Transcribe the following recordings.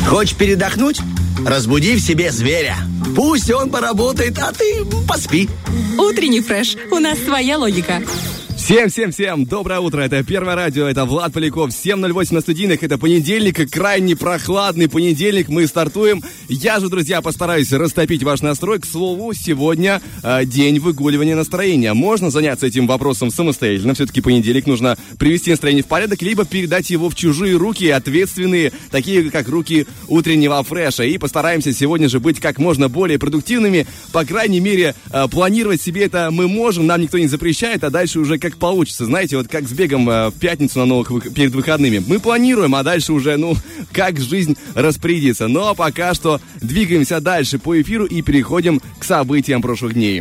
Хочешь передохнуть? Разбуди в себе зверя. Пусть он поработает, а ты поспи. Утренний фреш. У нас своя логика. Всем доброе утро, это Первое радио, это Влад Поляков, 7:08 на студийных, это понедельник, крайне прохладный понедельник, мы стартуем. Я же, друзья, постараюсь растопить ваш настрой. К слову, сегодня день выгуливания настроения. Можно заняться этим вопросом самостоятельно, все-таки понедельник, нужно привести настроение в порядок, либо передать его в чужие руки, ответственные, такие как руки утреннего фреша. И постараемся сегодня же быть как можно более продуктивными, по крайней мере, планировать себе это мы можем, нам никто не запрещает, а дальше уже как получится, знаете, вот как с бегом в пятницу перед выходными. Мы планируем, а дальше уже, как жизнь распорядится. Но пока что двигаемся дальше по эфиру и переходим к событиям прошлых дней.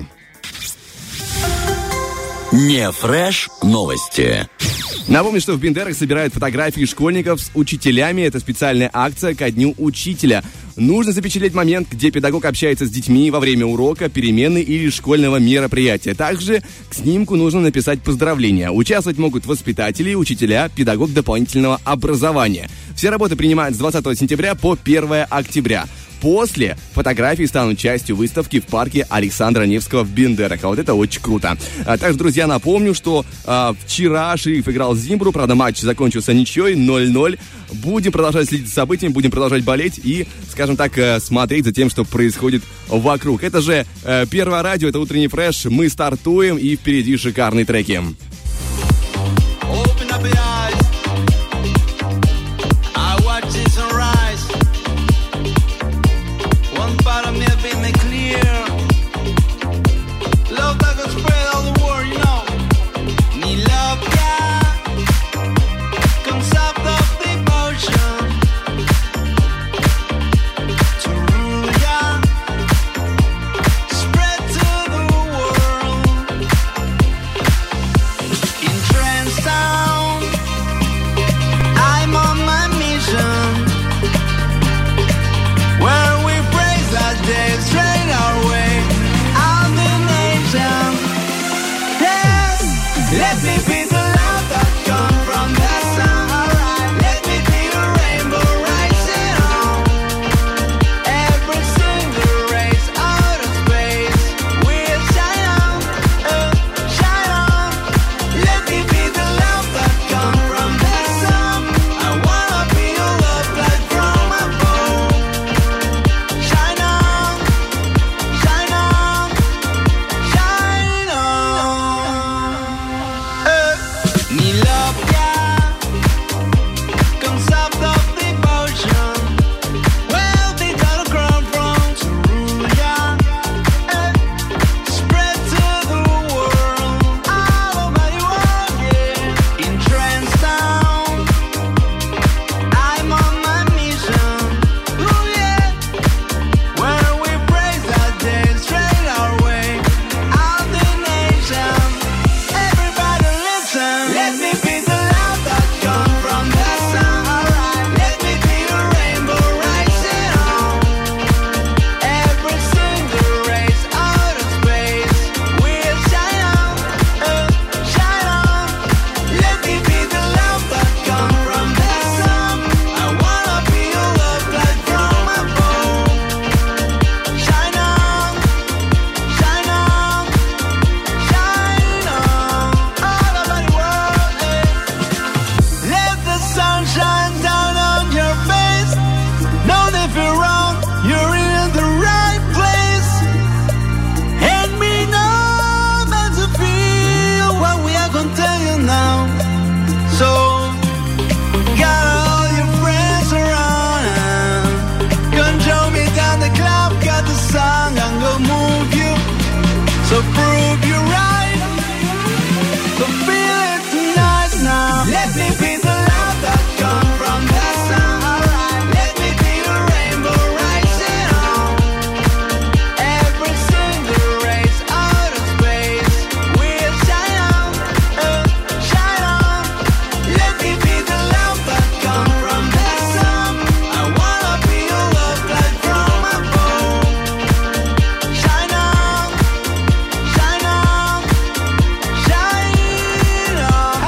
Не фреш новости. Напомню, что в Бендерах собирают фотографии школьников с учителями. Это специальная акция ко Дню Учителя. Нужно запечатлеть момент, где педагог общается с детьми во время урока, перемены или школьного мероприятия. Также к снимку нужно написать поздравления. Участвовать могут воспитатели, учителя, педагог дополнительного образования. Все работы принимают с 20 сентября по 1 октября. После фотографии станут частью выставки в парке Александра Невского в Бендерах. А вот это очень круто. Также, друзья, напомню, что вчера Шериф играл с Зимбру. Правда, матч закончился ничьей, 0-0. Будем продолжать следить за событиями, будем продолжать болеть и, скажем так, смотреть за тем, что происходит вокруг. Это же Первое радио, это утренний фреш. Мы стартуем, и впереди шикарные треки.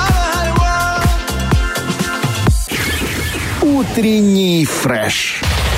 Утренний фреш.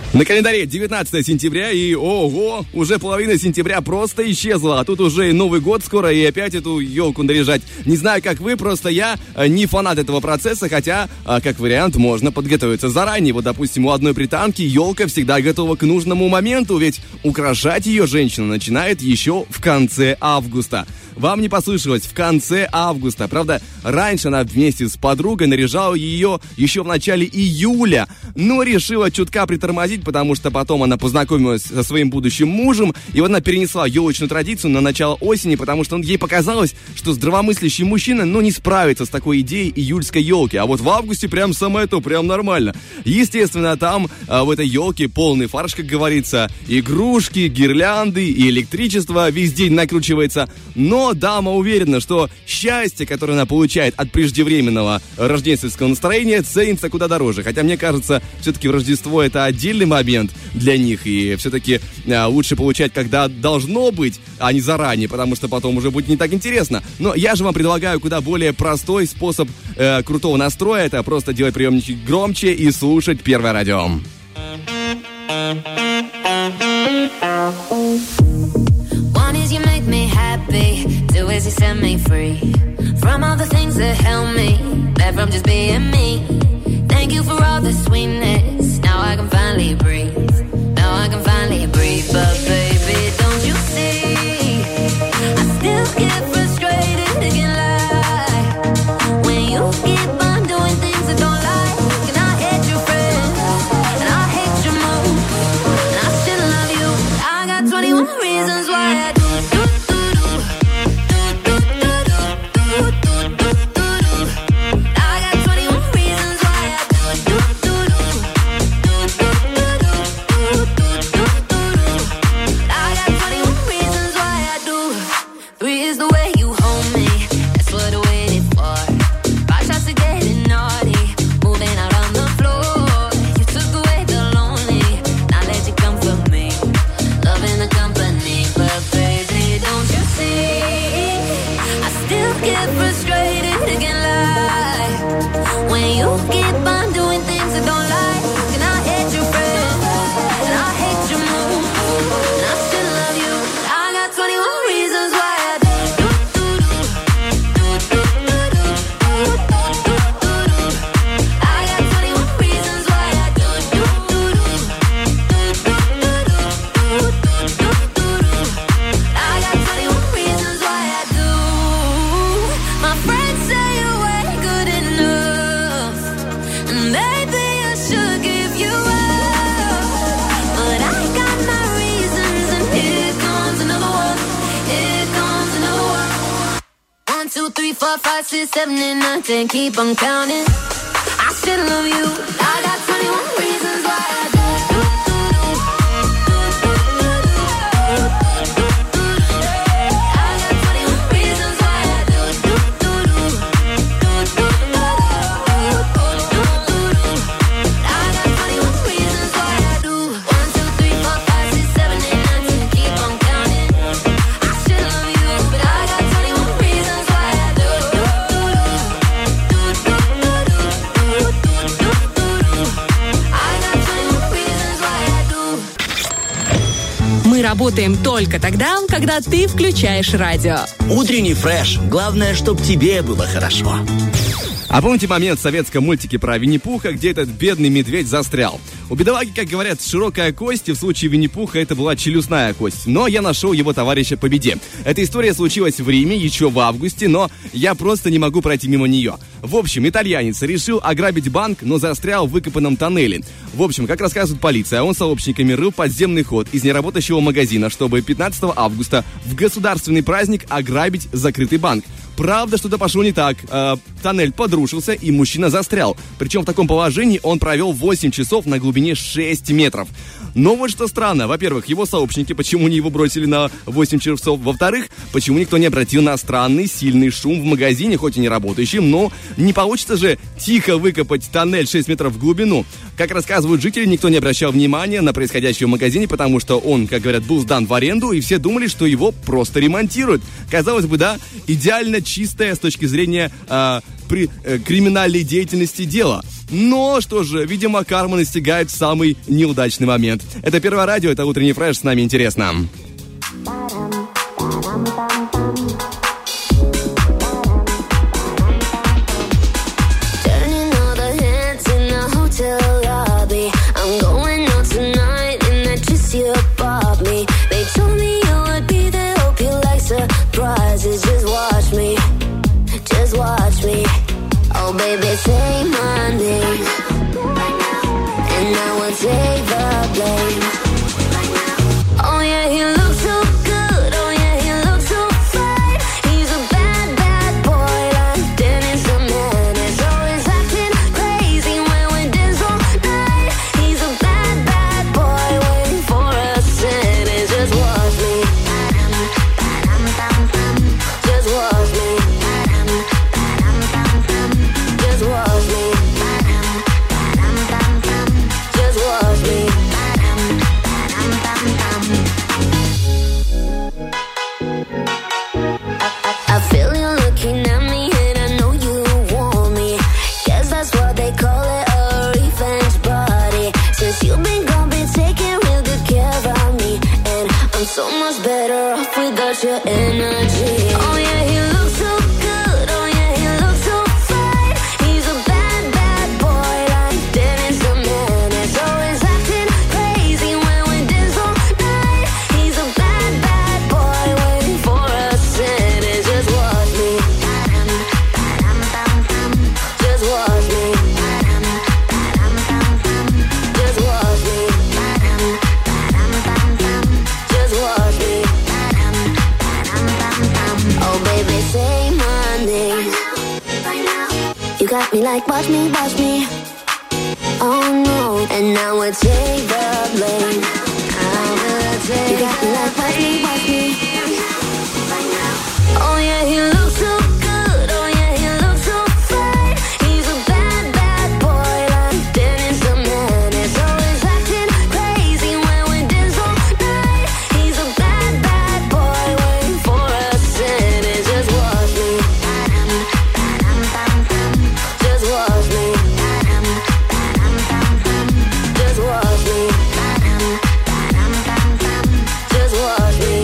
На календаре 19 сентября и, ого, уже половина сентября просто исчезла. А тут уже и Новый год скоро, и опять эту елку наряжать. Не знаю, как вы, просто я не фанат этого процесса, хотя, как вариант, можно подготовиться заранее. Вот, допустим, у одной британки елка всегда готова к нужному моменту, ведь украшать ее женщина начинает еще в конце августа. Вам не послышалось, в конце августа. Правда, раньше она вместе с подругой наряжала ее еще в начале июля, но решила чутка притормозить, потому что потом она познакомилась со своим будущим мужем, и вот она перенесла елочную традицию на начало осени, потому что ей показалось, что здравомыслящий мужчина, не справится с такой идеей июльской елки. А вот в августе прям самое то, прям нормально. Естественно, там в этой елке полный фарш, как говорится, игрушки, гирлянды и электричество весь день накручивается, но дама уверена, что счастье, которое она получает от преждевременного рождественского настроения, ценится куда дороже. Хотя, мне кажется, все-таки Рождество — это отдельный момент для них, и все-таки лучше получать, когда должно быть, а не заранее, потому что потом уже будет не так интересно. Но я же вам предлагаю куда более простой способ крутого настроя. Это просто делать приемничек громче и слушать Первое радио. Two ways you set me free from all the things that held me back from just being me. Thank you for all the sweetness. Now I can finally breathe. Now I can finally breathe. But baby, don't you see? I still get frustrated again, like when you keep on doing things I don't like. And I hate your friends, and I hate your moves, and I still love you. I got 21 reasons why I do. And keep on counting. I still love you. I got 21 reasons why I do. I got 21 reasons why I do. I got 21 reasons why I do. 1, 2, 3, 4, 5, 6, 7, 8, 9, 10. Keep on counting. I still love you, but I got 21 reasons why I do. Мы работаем только тогда, когда ты включаешь радио. Утренний фреш. Главное, чтобы тебе было хорошо. А помните момент в советском мультике про Винни-Пуха, где этот бедный медведь застрял? У бедолаги, как говорят, широкая кость, и в случае Винни-Пуха это была челюстная кость. Но я нашел его товарища по беде. Эта история случилась в Риме еще в августе, но я просто не могу пройти мимо нее. В общем, итальянец решил ограбить банк, но застрял в выкопанном тоннеле. В общем, как рассказывает полиция, он сообщниками рыл подземный ход из неработающего магазина, чтобы 15 августа в государственный праздник ограбить закрытый банк. Правда, что-то пошло не так. Тоннель подрушился, и мужчина застрял. Причем в таком положении он провел 8 часов на глубине 6 метров. Но вот что странно. Во-первых, его сообщники, почему не его бросили на 8 часов? Во-вторых, почему никто не обратил на странный сильный шум в магазине, хоть и не работающий, но не получится же тихо выкопать тоннель 6 метров в глубину. Как рассказывают жители, никто не обращал внимания на происходящее в магазине, потому что он, как говорят, был сдан в аренду, и все думали, что его просто ремонтируют. Казалось бы, да, идеально чистое с точки зрения криминальной деятельности дело. Но, что же, видимо, карма настигает в самый неудачный момент. Это Первое радио, это утренний фреш, с нами интересно. Oh, baby, say my name, and I will take the blame. Oh, yeah, he looks so good. Oh, yeah, he looks so fine. He's a bad, bad boy, like Dennis the Menace. Always acting crazy when we dance all night. He's a bad, bad boy, waiting for a sentence. Just watch me. Just watch me. Just watch me. Just watch me. I feel you looking at me and I know you want me. Guess that's what they call it, a revenge party. Since you've been gone, been taking real good care of me, and I'm so much better off without your energy. Oh yeah, he looks so good. Oh yeah, he looks so fine. He's a bad, bad boy, like Dennis the Menace. Always acting crazy when we dance all night. He's a bad, bad boy, waiting for a sentence. Just watch me. Just watch me. Just watch me. Just watch me. Oh, baby, say my name. You got me like, watch me, watch me. Oh no, and I will take the blame. I will take. You got me like, watch me, watch me. Oh yeah, he looks so good. Oh yeah, he looks so fine. He's a bad, bad boy, like Dennis the Menace. Always acting crazy when we dance all night. He's a bad, bad boy, waiting for a sentence. Just watch me. Just watch me. Just watch me. Just watch me.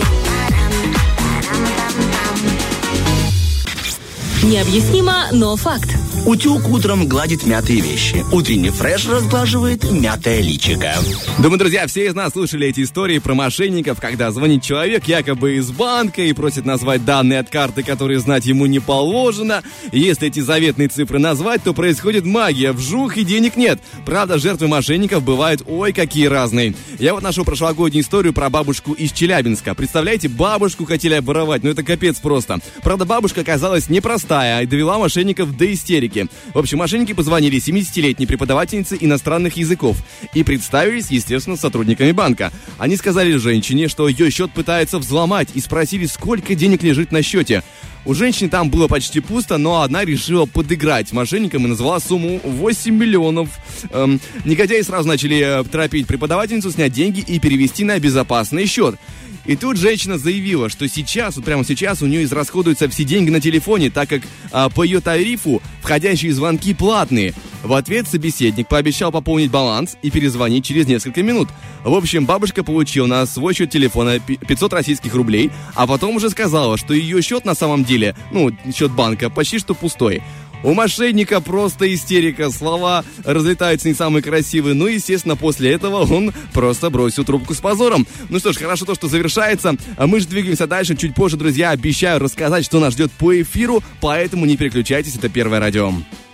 Необъяснимо, но факт. Утюг утром гладит мятые вещи. Утренний фреш разглаживает мятое личико. Думаю, друзья, все из нас слышали эти истории про мошенников, когда звонит человек якобы из банка и просит назвать данные от карты, которые знать ему не положено. И если эти заветные цифры назвать, то происходит магия. Вжух, и денег нет. Правда, жертвы мошенников бывают ой какие разные. Я вот нашел прошлогоднюю историю про бабушку из Челябинска. Представляете, бабушку хотели обворовать, ну это капец просто. Правда, бабушка оказалась непростая и довела мошенников до истерики. В общем, мошенники позвонили 70-летней преподавательнице иностранных языков и представились, естественно, сотрудниками банка. Они сказали женщине, что ее счет пытаются взломать, и спросили, сколько денег лежит на счете. У женщины там было почти пусто, но она решила подыграть мошенникам и назвала сумму 8 миллионов. Негодяи сразу начали торопить преподавательницу, снять деньги и перевести на безопасный счет. И тут женщина заявила, что сейчас, вот прямо сейчас, у нее израсходуются все деньги на телефоне, так как по ее тарифу входящие звонки платные. В ответ собеседник пообещал пополнить баланс и перезвонить через несколько минут. В общем, бабушка получила на свой счет телефона 500 российских рублей, а потом уже сказала, что ее счет на самом деле, счет банка, почти что пустой. У мошенника просто истерика, слова разлетаются не самые красивые, естественно, после этого он просто бросил трубку с позором. Ну что ж, хорошо то, что завершается, мы же двигаемся дальше, чуть позже, друзья, обещаю рассказать, что нас ждет по эфиру, поэтому не переключайтесь, это Первое радио.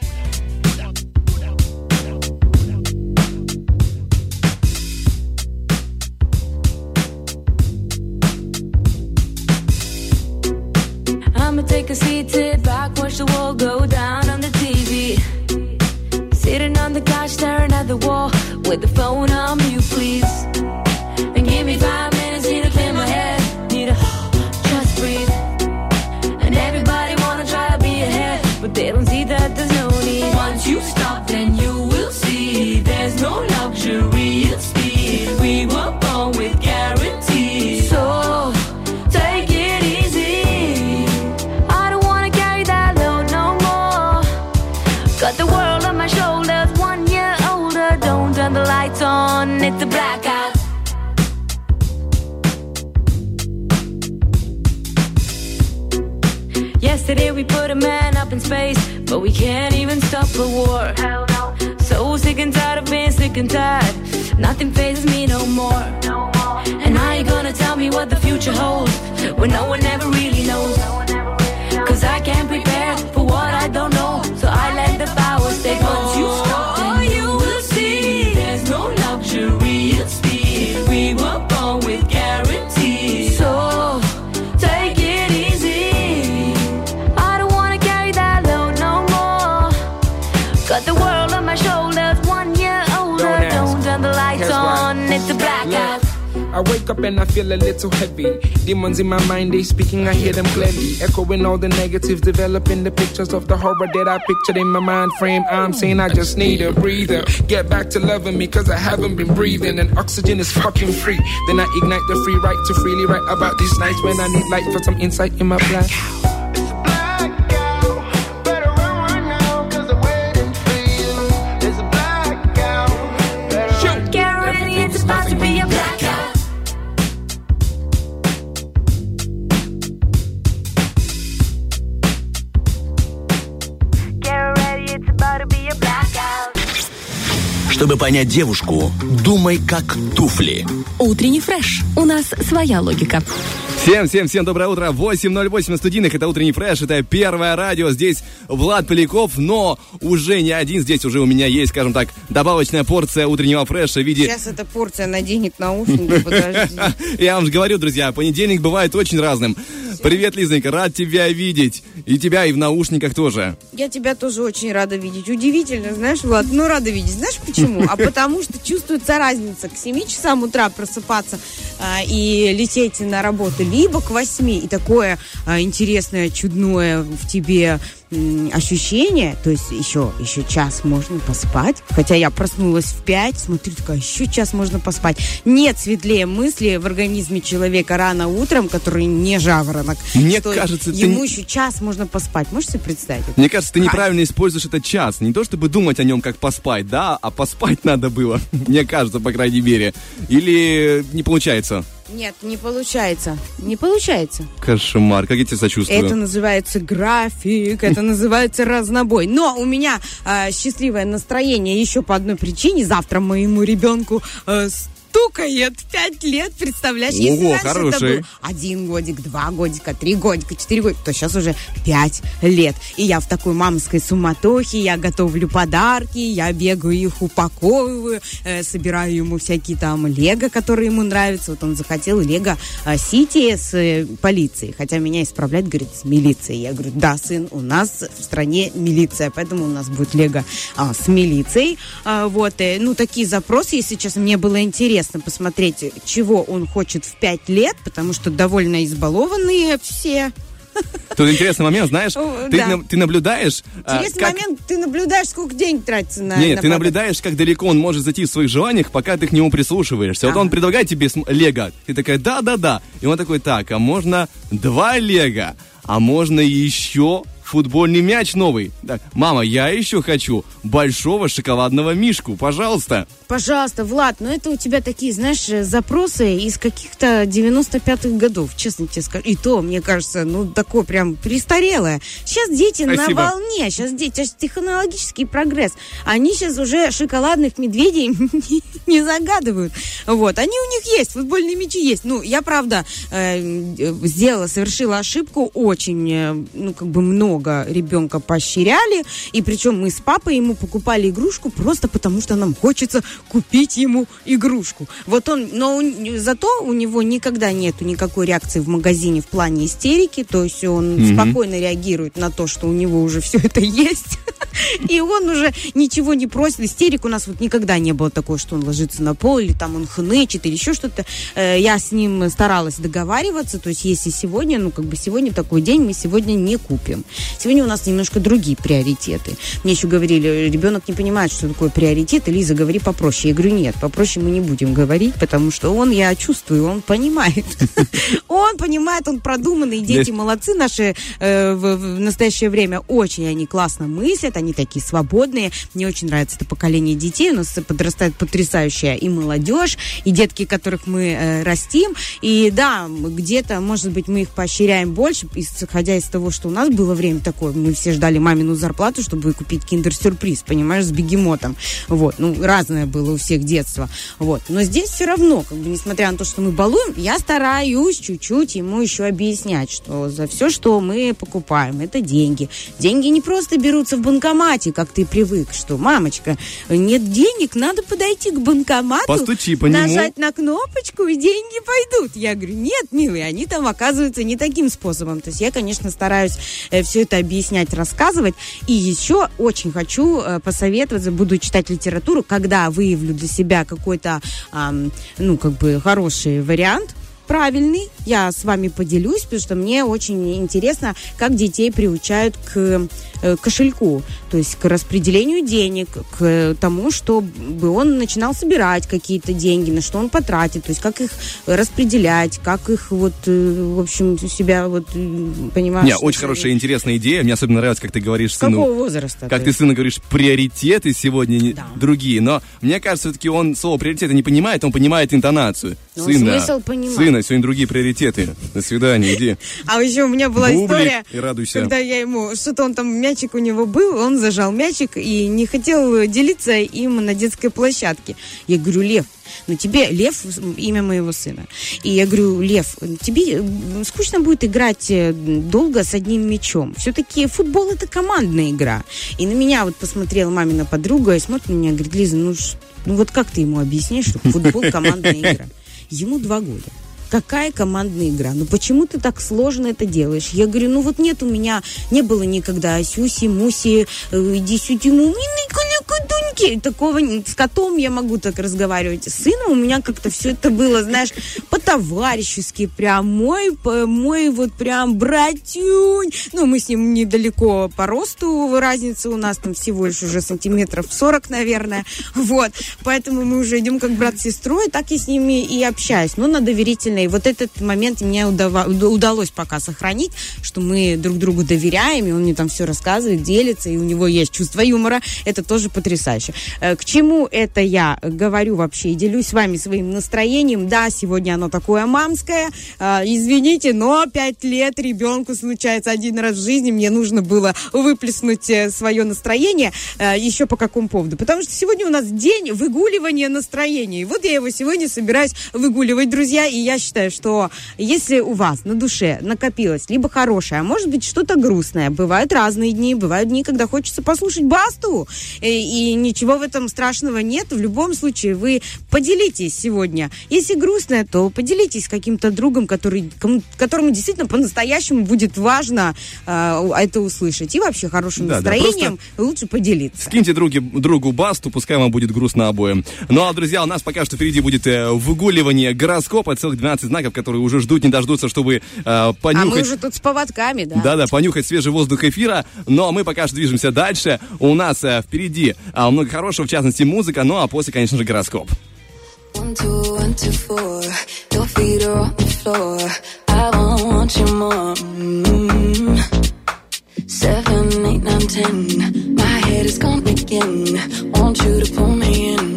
Take a seat, sit back, watch the wall go down on the TV. Sitting on the couch, staring at the wall with the phone on mute, please. And give me 5 minutes, need to clear my head, need to just breathe. And everybody wanna try to be ahead, but they don't see that there's no need. Once you stop, then you will see there's no luxury of speed. We were born with guarantees. So take it easy. I don't wanna carry that load no more. Got the world on my shoulders, 1 year older. Don't turn the lights on, it's a blackout. Yesterday we put a man up in space, but we can't even stop a war. Hell no. So sick and tired of being sick and tired. Nothing phases me no more. And how you gonna tell me what the future holds when no one ever really knows? Cause I can't prepare for what I don't know, so I let the powers take once you stop. Oh, you will see there's no luxury of speed. We were born with guarantees. So take it easy. I don't wanna carry that load no more. Got the world on my shoulders, 1 year older. Don't turn the lights on, it's a blackout. I wake up and I feel a little heavy. Demons in my mind, they speaking, I hear them clearly. Echoing all the negatives, developing the pictures of the horror that I pictured in my mind frame. I'm saying I just need a breather. Get back to loving me, cause I haven't been breathing. And oxygen is fucking free. Then I ignite the free right to freely write about these nights when I need light for some insight in my black. Get ready, it's about to be a blackout. Чтобы понять девушку, думай как туфли. Утренний фреш. У нас своя логика. Всем доброе утро. 8:08 на студийных. Это утренний фреш. Это Первое радио. Здесь Влад Поляков, но уже не один. Здесь уже у меня есть, скажем так, добавочная порция утреннего фреша в виде... Сейчас эта порция наденет наушники, подожди. Я вам же говорю, друзья, понедельник бывает очень разным. Привет, Лизненька, рад тебя видеть. И тебя, и в наушниках тоже. Я тебя тоже очень рада видеть. Удивительно, знаешь, Влад, ну рада видеть. Знаешь почему? А потому что чувствуется разница. К 7 часам утра просыпаться и лететь на работу, либо к 8. И такое интересное, чудное в тебе ощущение, то есть еще час можно поспать, хотя я проснулась в 5, смотрю, такая, еще час можно поспать. Нет светлее мысли в организме человека рано утром, который не жаворонок. Мне кажется, ему еще час можно поспать. Можешь себе представить? Мне кажется, ты неправильно используешь этот час. Не то, чтобы думать о нем, как поспать, да, а поспать надо было. Мне кажется, по крайней мере. Или не получается? Нет, не получается. Не получается. Кошмар, как я тебе сочувствую. Это называется график, это называется разнобой. Но у меня счастливое настроение еще по одной причине. Завтра моему ребенку стукает 5 лет, представляешь? Ого, если раньше хороший. это был 1 годик, 2 годика, 3 годика, 4 годика, то сейчас уже 5 лет. И я в такой мамской суматохе, я готовлю подарки, я бегаю их упаковываю, собираю ему всякие там лего, которые ему нравятся. Вот он захотел лего Сити с полицией, хотя меня исправлять, говорит, с милицией. Я говорю, да, сын, у нас в стране милиция, поэтому у нас будет лего с милицией. Вот, ну, такие запросы, если честно, мне было интересно посмотреть, чего он хочет в 5 лет, потому что довольно избалованные все. Тут интересный момент, знаешь, ты наблюдаешь... Интересный момент, ты наблюдаешь, сколько денег тратится на... Нет, ты наблюдаешь, как далеко он может зайти в своих желаниях, пока ты к нему прислушиваешься. Вот он предлагает тебе лего, ты такая, да. И он такой, так, а можно 2 лего, а можно еще... футбольный мяч новый. Так, мама, я еще хочу большого шоколадного мишку, пожалуйста. Пожалуйста, Влад, но это у тебя такие, знаешь, запросы из каких-то 95-х годов, честно тебе скажу. И то, мне кажется, ну, такое прям престарелое. Сейчас дети Спасибо. на волне, сейчас технологический прогресс. Они сейчас уже шоколадных медведей не загадывают. Вот, они у них есть, футбольные мячи есть. Ну, я, правда, совершила ошибку, очень, ну, как бы много ребенка поощряли, и причем мы с папой ему покупали игрушку просто потому, что нам хочется купить ему игрушку. Вот он, но зато у него никогда нету никакой реакции в магазине в плане истерики, то есть он спокойно реагирует на то, что у него уже все это есть, и он уже ничего не просит. Истерик у нас вот никогда не было такого, что он ложится на пол, или там он хнычет, или еще что-то. Я с ним старалась договариваться, то есть если сегодня, ну как бы сегодня такой день, мы сегодня не купим. Сегодня у нас немножко другие приоритеты. Мне еще говорили, ребенок не понимает, что такое приоритет. Лиза, говори попроще. Я говорю, нет, попроще мы не будем говорить, потому что я чувствую, он понимает. Он понимает, он продуманный. Дети молодцы наши в настоящее время. Очень они классно мыслят, они такие свободные. Мне очень нравится это поколение детей. У нас подрастает потрясающая и молодежь, и детки, которых мы растим. И да, где-то, может быть, мы их поощряем больше, исходя из того, что у нас было время такое. Мы все ждали мамину зарплату, чтобы купить киндер-сюрприз, понимаешь, с бегемотом. Вот. Разное было у всех детство. Вот. Но здесь все равно, несмотря на то, что мы балуем, я стараюсь чуть-чуть ему еще объяснять, что за все, что мы покупаем, это деньги. Деньги не просто берутся в банкомате, как ты привык, что, мамочка, нет денег, надо подойти к банкомату, постучи по нему, нажать на кнопочку, и деньги пойдут. Я говорю, нет, милый, они там оказываются не таким способом. То есть я, конечно, стараюсь все это объяснять, рассказывать. И еще очень хочу посоветовать, буду читать литературу, когда выявлю для себя какой-то, хороший вариант, правильный, я с вами поделюсь, потому что мне очень интересно, как детей приучают к кошельку, то есть к распределению денег, к тому, чтобы он начинал собирать какие-то деньги, на что он потратит, то есть как их распределять, как их в общем, себя понимаешь. Нет, очень хорошая, интересная идея. Мне особенно нравится, как ты говоришь сыну. Какого возраста? Как ты сыну говоришь, приоритеты сегодня другие. Но мне кажется, все-таки он слово приоритеты не понимает, он понимает интонацию. Смысл понимает. Сына, сегодня другие приоритеты. До свидания, иди. А еще у меня была история, и радуйся. когда я ему, что-то он там, мячик у него был, он зажал мячик и не хотел делиться им на детской площадке. Я говорю, Лев, тебе Лев имя моего сына. И я говорю, Лев, тебе скучно будет играть долго с одним мячом. Все-таки футбол это командная игра. И на меня посмотрела мамина подруга и смотрит на меня, говорит, Лиза, как ты ему объяснишь, что футбол командная игра? Ему 2 года. Какая командная игра? Почему ты так сложно это делаешь? Я говорю, нет у меня, не было никогда сюси-муси, иди сюти-му, такого, с котом я могу так разговаривать. С сыном у меня как-то все это было, знаешь, по-товарищески, прям мой прям братюнь. Мы с ним недалеко по росту, разница у нас там всего лишь уже сантиметров 40, наверное. Поэтому мы уже идем как брат с сестрой, так я с ними и общаюсь. На доверительной. И этот момент мне удалось пока сохранить, что мы друг другу доверяем, и он мне там все рассказывает, делится, и у него есть чувство юмора. Это тоже потрясающе. К чему это я говорю вообще и делюсь с вами своим настроением? Да, сегодня оно такое мамское. Извините, но 5 лет ребенку случается один раз в жизни. Мне нужно было выплеснуть свое настроение. Еще по какому поводу? Потому что сегодня у нас день выгуливания настроения. И я его сегодня собираюсь выгуливать, друзья. И я считаю, что если у вас на душе накопилось либо хорошее, а может быть что-то грустное, бывают разные дни, бывают дни, когда хочется послушать Басту, и ничего в этом страшного нет. В любом случае вы поделитесь сегодня. Если грустное, то поделитесь с каким-то другом, которому действительно по-настоящему будет важно это услышать. И вообще хорошим настроением лучше поделиться. Скиньте другу Басту, пускай вам будет грустно обоим. Друзья, у нас пока что впереди будет выгуливание гороскопа, целых 12 знаков, которые уже ждут, не дождутся, чтобы понюхать. А мы уже тут с поводками, да? Да, понюхать свежий воздух эфира. Но мы пока что движемся дальше. У нас впереди много хорошего, в частности, музыка, а после, конечно же, гороскоп. 1, 2, 1, 2, 4. Your feet are on the floor. I want you more. 7, 8, 9, 10. My head is gone again. Want you to pull me in.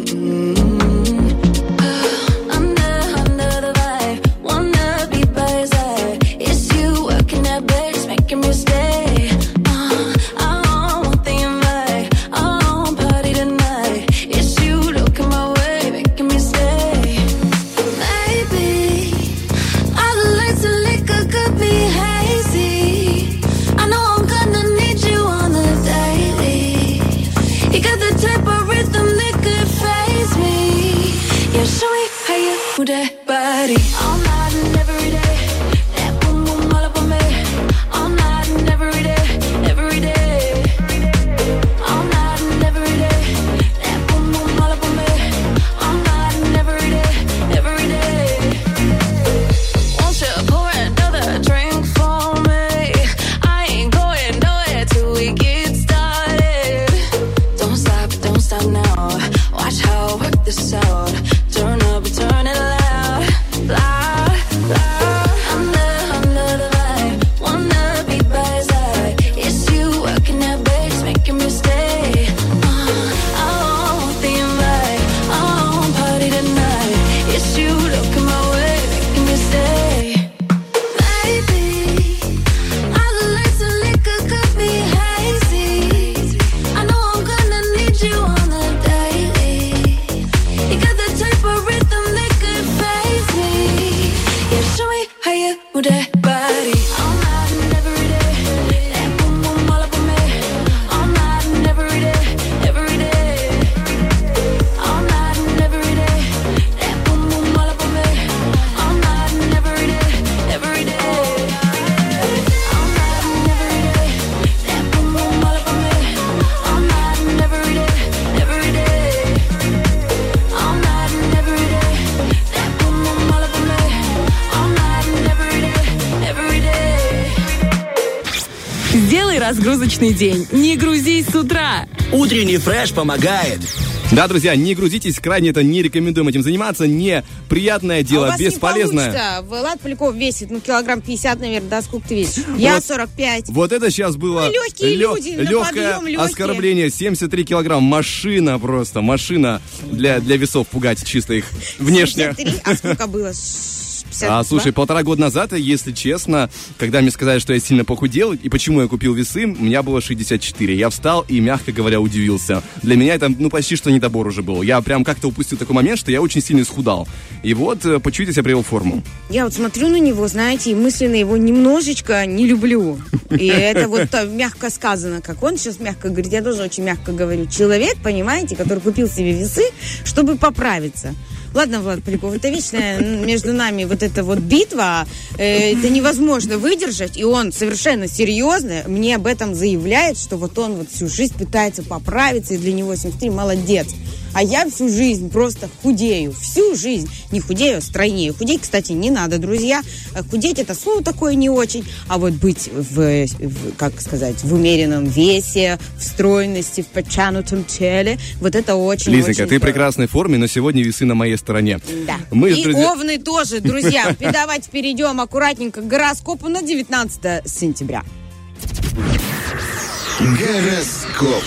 That body all night and every day. That boom boom all up on me. All night and every day, every day. All night and every day. That boom boom all up on me. All night and every day, every day. Won't you pour another drink for me? I ain't going nowhere. move that body. All night and every day. That boom boom all up on me. All night and every day, every day. All night and every day. That boom boom all up on me. All night and every day, every day. All night and every day. That boom boom all up on me. All night and every day, every day. All night and every day. That boom boom all up on me. All night and every day, every day. Сделай разгрузочный день. Не грузись с утра. Утренний фреш помогает. Да, друзья, не грузитесь, крайне это не рекомендуем этим заниматься, неприятное дело, А у вас бесполезное. не получится. Влад Поляков весит, килограмм 50, наверное, да, сколько ты весишь? Я Вот. 45. Вот это сейчас было Мы легкие люди, на легкое подъем легкие. оскорбление. 73 килограмм. Машина просто. Машина для весов пугать чисто их внешне. 53, а сколько было? 52? Слушай, 1,5 года назад, если честно, когда мне сказали, что я сильно похудел, и почему я купил весы, у меня было 64. Я встал и, мягко говоря, удивился. Для меня это, почти что недобор уже был. Я прям как-то упустил такой момент, что я очень сильно исхудал. И вот, по чуть-чуть я себя привел в форму. Я вот смотрю на него, знаете, и мысленно его немножечко не люблю. И это вот мягко сказано, как он сейчас мягко говорит, я тоже очень мягко говорю. Человек, понимаете, который купил себе весы, чтобы поправиться. Ладно, Влад Поляков, это вечная между нами вот эта вот битва, это невозможно выдержать, и он совершенно серьезно мне об этом заявляет, что вот он вот всю жизнь пытается поправиться, и для него 73 молодец. А я всю жизнь просто худею. Всю жизнь. Не худею, а стройнею. Худеть, кстати, не надо, друзья. Худеть — это слово такое не очень. А вот быть в умеренном весе, в стройности, в подтянутом теле, вот это очень. Лизонька, ты в прекрасной форме, но сегодня весы на моей стороне. Да. Мы, И друзья... овны тоже, друзья. Давайте перейдем аккуратненько к гороскопу на 19 сентября. Гороскоп.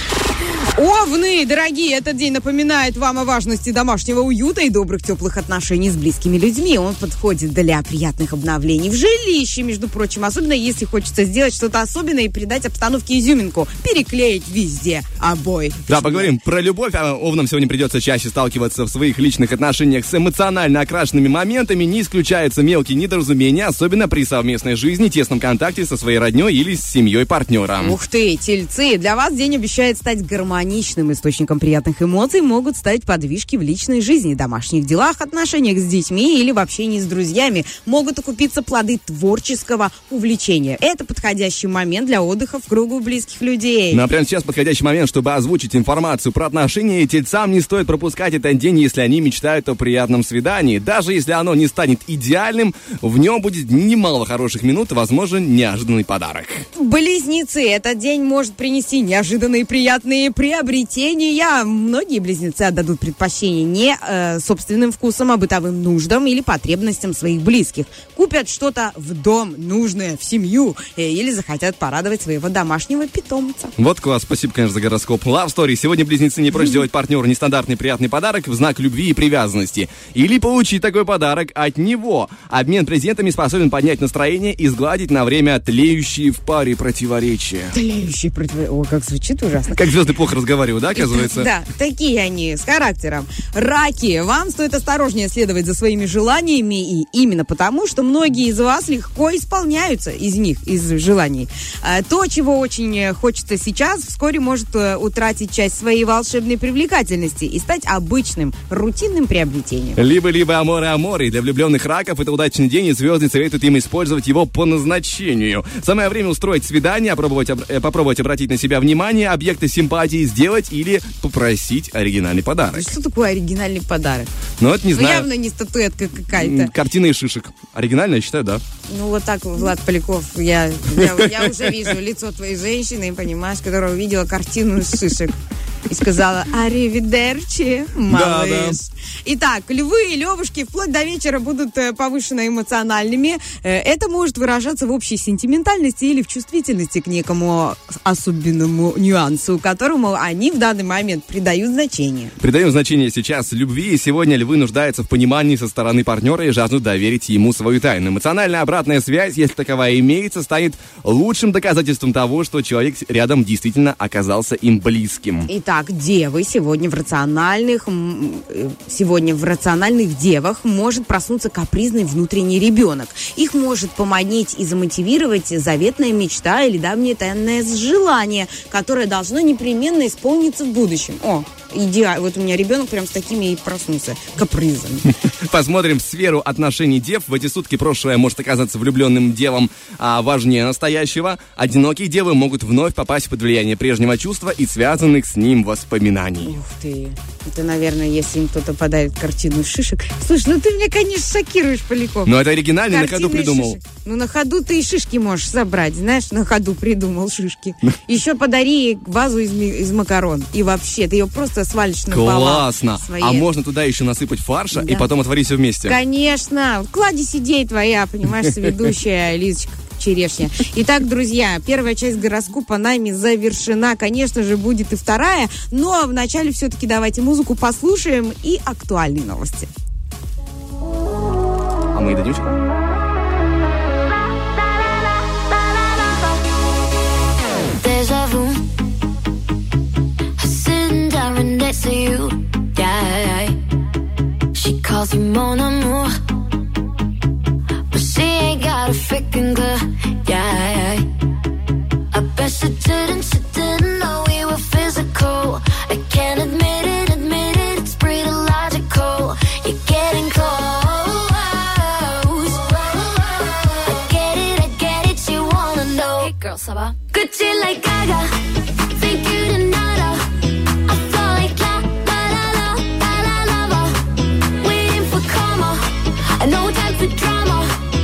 Овны, дорогие, этот день напоминает вам о важности домашнего уюта и добрых теплых отношений с близкими людьми. Он подходит для приятных обновлений в жилище, между прочим, особенно если хочется сделать что-то особенное и придать обстановке изюминку, переклеить везде обои. Да, поговорим про любовь. Овнам сегодня придется чаще сталкиваться в своих личных отношениях с эмоционально окрашенными моментами. Не исключаются мелкие недоразумения, особенно при совместной жизни, тесном контакте со своей родней или с семьей партнера. Ух ты, тельцы, для вас день обещает стать гармоничным источником приятных эмоций, могут стать подвижки в личной жизни, домашних делах, отношениях с детьми или в общении с друзьями. Могут окупиться плоды творческого увлечения. Это подходящий момент для отдыха в кругу близких людей. Ну, а прямо сейчас подходящий момент, чтобы озвучить информацию про отношения, и тельцам не стоит пропускать этот день, если они мечтают о приятном свидании. Даже если оно не станет идеальным, в нем будет немало хороших минут и, возможно, неожиданный подарок. Близнецы, этот день может принести неожиданные приятные приобретения. Многие близнецы отдадут предпочтение не собственным вкусам, а бытовым нуждам или потребностям своих близких. Купят что-то в дом, нужное в семью, или захотят порадовать своего домашнего питомца. Вот класс, спасибо, конечно, за гороскоп. Love Story. Сегодня близнецы не прочь сделать партнеру нестандартный приятный подарок в знак любви и привязанности. Или получить такой подарок от него. Обмен презентами способен поднять настроение и сгладить на время тлеющие в паре противоречия. Тлеющие противоречия. О, как звучит ужасно. Как звезды плохо разговаривают, да, оказывается? Да, такие они, с характером. Раки, вам стоит осторожнее следовать за своими желаниями, и именно потому, что многие из вас легко исполняются из желаний. То, чего очень хочется сейчас, вскоре может утратить часть своей волшебной привлекательности и стать обычным, рутинным приобретением. Либо аморе. Для влюбленных раков это удачный день, и звезды советуют им использовать его по назначению. Самое время устроить свидание, попробовать обратить на себя внимание, объекты симпатии сделать или попросить оригинальный подарок. Что такое оригинальный подарок? Ну, это не знаю. Явно не статуэтка какая-то. Картина из шишек. Оригинально, я считаю, да. Ну, вот так, Влад Поляков, я уже вижу лицо твоей женщины, понимаешь, которая увидела картину из шишек и сказала «Аривидерчи, малыш». Да. Итак, львы и левушки вплоть до вечера будут повышенно эмоциональными. Это может выражаться в общей сентиментальности или в чувствительности к некому особенному нюансу, которому они в данный момент придают значение. Придаем значение сейчас любви, и сегодня львы нуждаются в понимании со стороны партнера и жаждут доверить ему свою тайну. Эмоциональная обратная связь, если таковая имеется, станет лучшим доказательством того, что человек рядом действительно оказался им близким. Итак, Итак, девы, сегодня в рациональных девах может проснуться капризный внутренний ребенок. Их может поманить и замотивировать заветная мечта или давнее тайное желание, которое должно непременно исполниться в будущем. О, идеально. Вот у меня ребенок прям с такими и проснулся. Капризами. Посмотрим сферу отношений дев. В эти сутки прошлое может оказаться влюбленным девам важнее настоящего. Одинокие девы могут вновь попасть под влияние прежнего чувства и связанных с ним воспоминаний. Ух ты. Это, наверное, если им кто-то подарит картину шишек. Слушай, ну ты меня, конечно, шокируешь, Поляков. Но это оригинально, на ходу придумал. Шишек. Ну, на ходу ты и шишки можешь собрать. Знаешь, на ходу придумал шишки. Еще подари вазу из макарон. И вообще, ты ее просто свалишь на пола. Классно. А можно туда еще насыпать фарша и потом отварить все вместе? Конечно. Кладезь идей твоя, понимаешь, соведущая Лизочка Черешня. Итак, друзья, первая часть гороскопа нами завершена. Конечно же, будет и вторая, но вначале все-таки давайте музыку послушаем и актуальные новости. А мы дадим? Got a freaking good, yeah. I bet she didn't know we were physical. I can't admit it, it's pretty logical. You're getting close. I get it, you wanna know. Hey girl, ça va? Gucci like Gaga, think you didn't know. I fall like la, lava. Waiting for karma, no time for drama.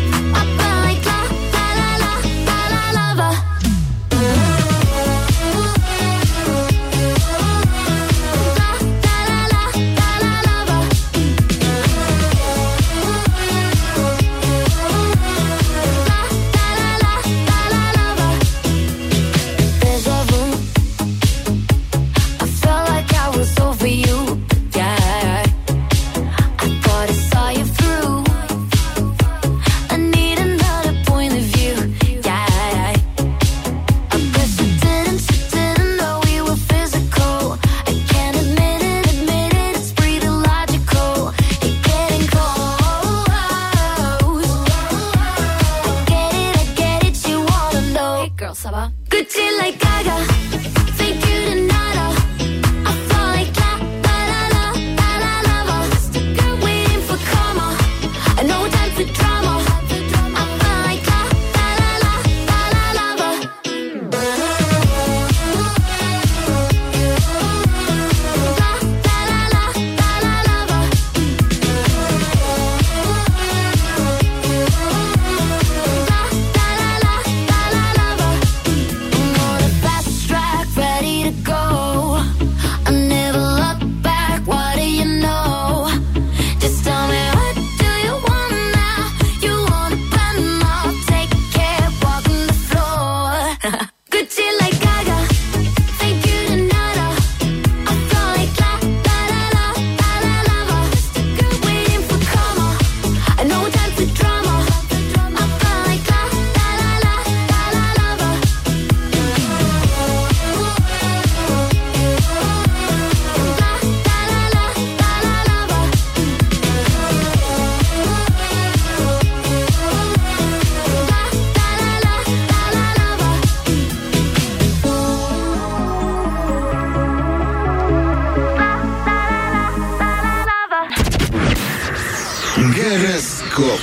Гороскоп.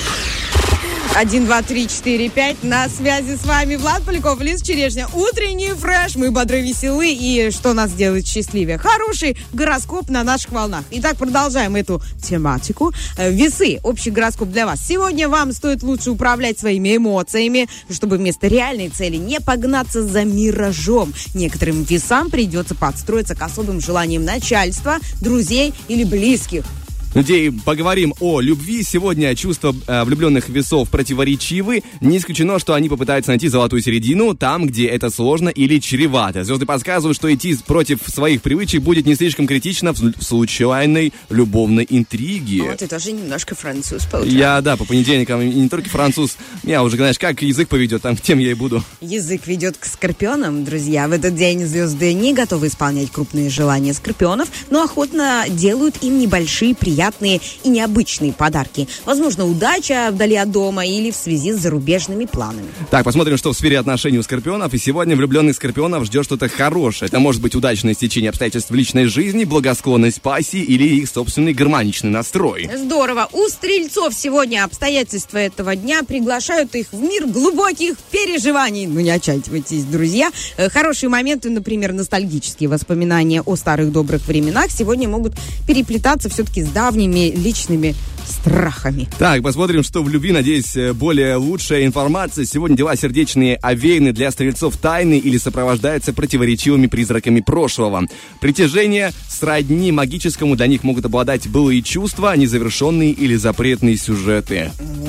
1, 2, 3, 4, 5. На связи с вами Влад Поляков, Лиза Черешня. Утренний фреш. Мы бодры, веселы. И что нас делает счастливее? Хороший гороскоп на наших волнах. Итак, продолжаем эту тематику. Весы. Общий гороскоп для вас. Сегодня вам стоит лучше управлять своими эмоциями, чтобы вместо реальной цели не погнаться за миражом. Некоторым весам придется подстроиться к особым желаниям начальства, друзей или близких. Людей, поговорим о любви. Сегодня чувства влюбленных весов противоречивы. Не исключено, что они попытаются найти золотую середину там, где это сложно или чревато. Звезды подсказывают, что идти против своих привычек будет не слишком критично в случайной любовной интриге. Ты тоже немножко француз получается. Я, по понедельникам и не только француз. Я уже, знаешь, как язык поведет, там тем я и буду. Язык ведет к скорпионам, друзья. В этот день звезды не готовы исполнять крупные желания скорпионов, но охотно делают им небольшие приятные и необычные подарки. Возможно, удача вдали от дома или в связи с зарубежными планами. Так, посмотрим, что в сфере отношений у скорпионов. И сегодня влюбленных скорпионов ждет что-то хорошее. Это может быть удачное стечение обстоятельств в личной жизни, благосклонность пассии или их собственный гармоничный настрой. Здорово. У стрельцов сегодня обстоятельства этого дня приглашают их в мир глубоких переживаний. Не отчаивайтесь, друзья. Хорошие моменты, например, ностальгические воспоминания о старых добрых временах сегодня могут переплетаться все-таки с давними личными страхами. Так, посмотрим, что в любви. Надеюсь, более лучшая информация. Сегодня дела сердечные овеяны для стрельцов тайны или сопровождаются противоречивыми призраками прошлого. Притяжение сродни магическому, для них могут обладать былые чувства, незавершенные или запретные сюжеты.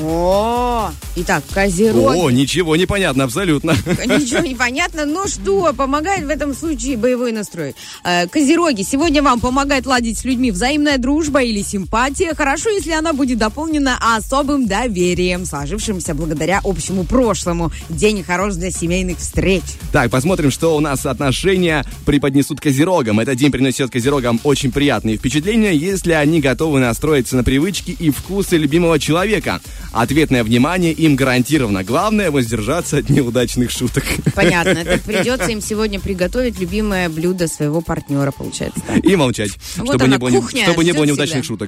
Итак, Козероги. Ничего не понятно абсолютно. Ничего не понятно, но что помогает в этом случае боевой настрой? Козероги, сегодня вам помогает ладить с людьми взаимная дружба или симпатия. Хорошо, если она будет дополнена особым доверием, сложившимся благодаря общему прошлому. День хорош для семейных встреч. Так, посмотрим, что у нас отношения преподнесут козерогам. Этот день принесет козерогам очень приятные впечатления, если они готовы настроиться на привычки и вкусы любимого человека. Ответное внимание им гарантировано. Главное — воздержаться от неудачных шуток. Понятно. Это придется им сегодня приготовить любимое блюдо своего партнера, получается. Так? И молчать, чтобы не было неудачных шуток.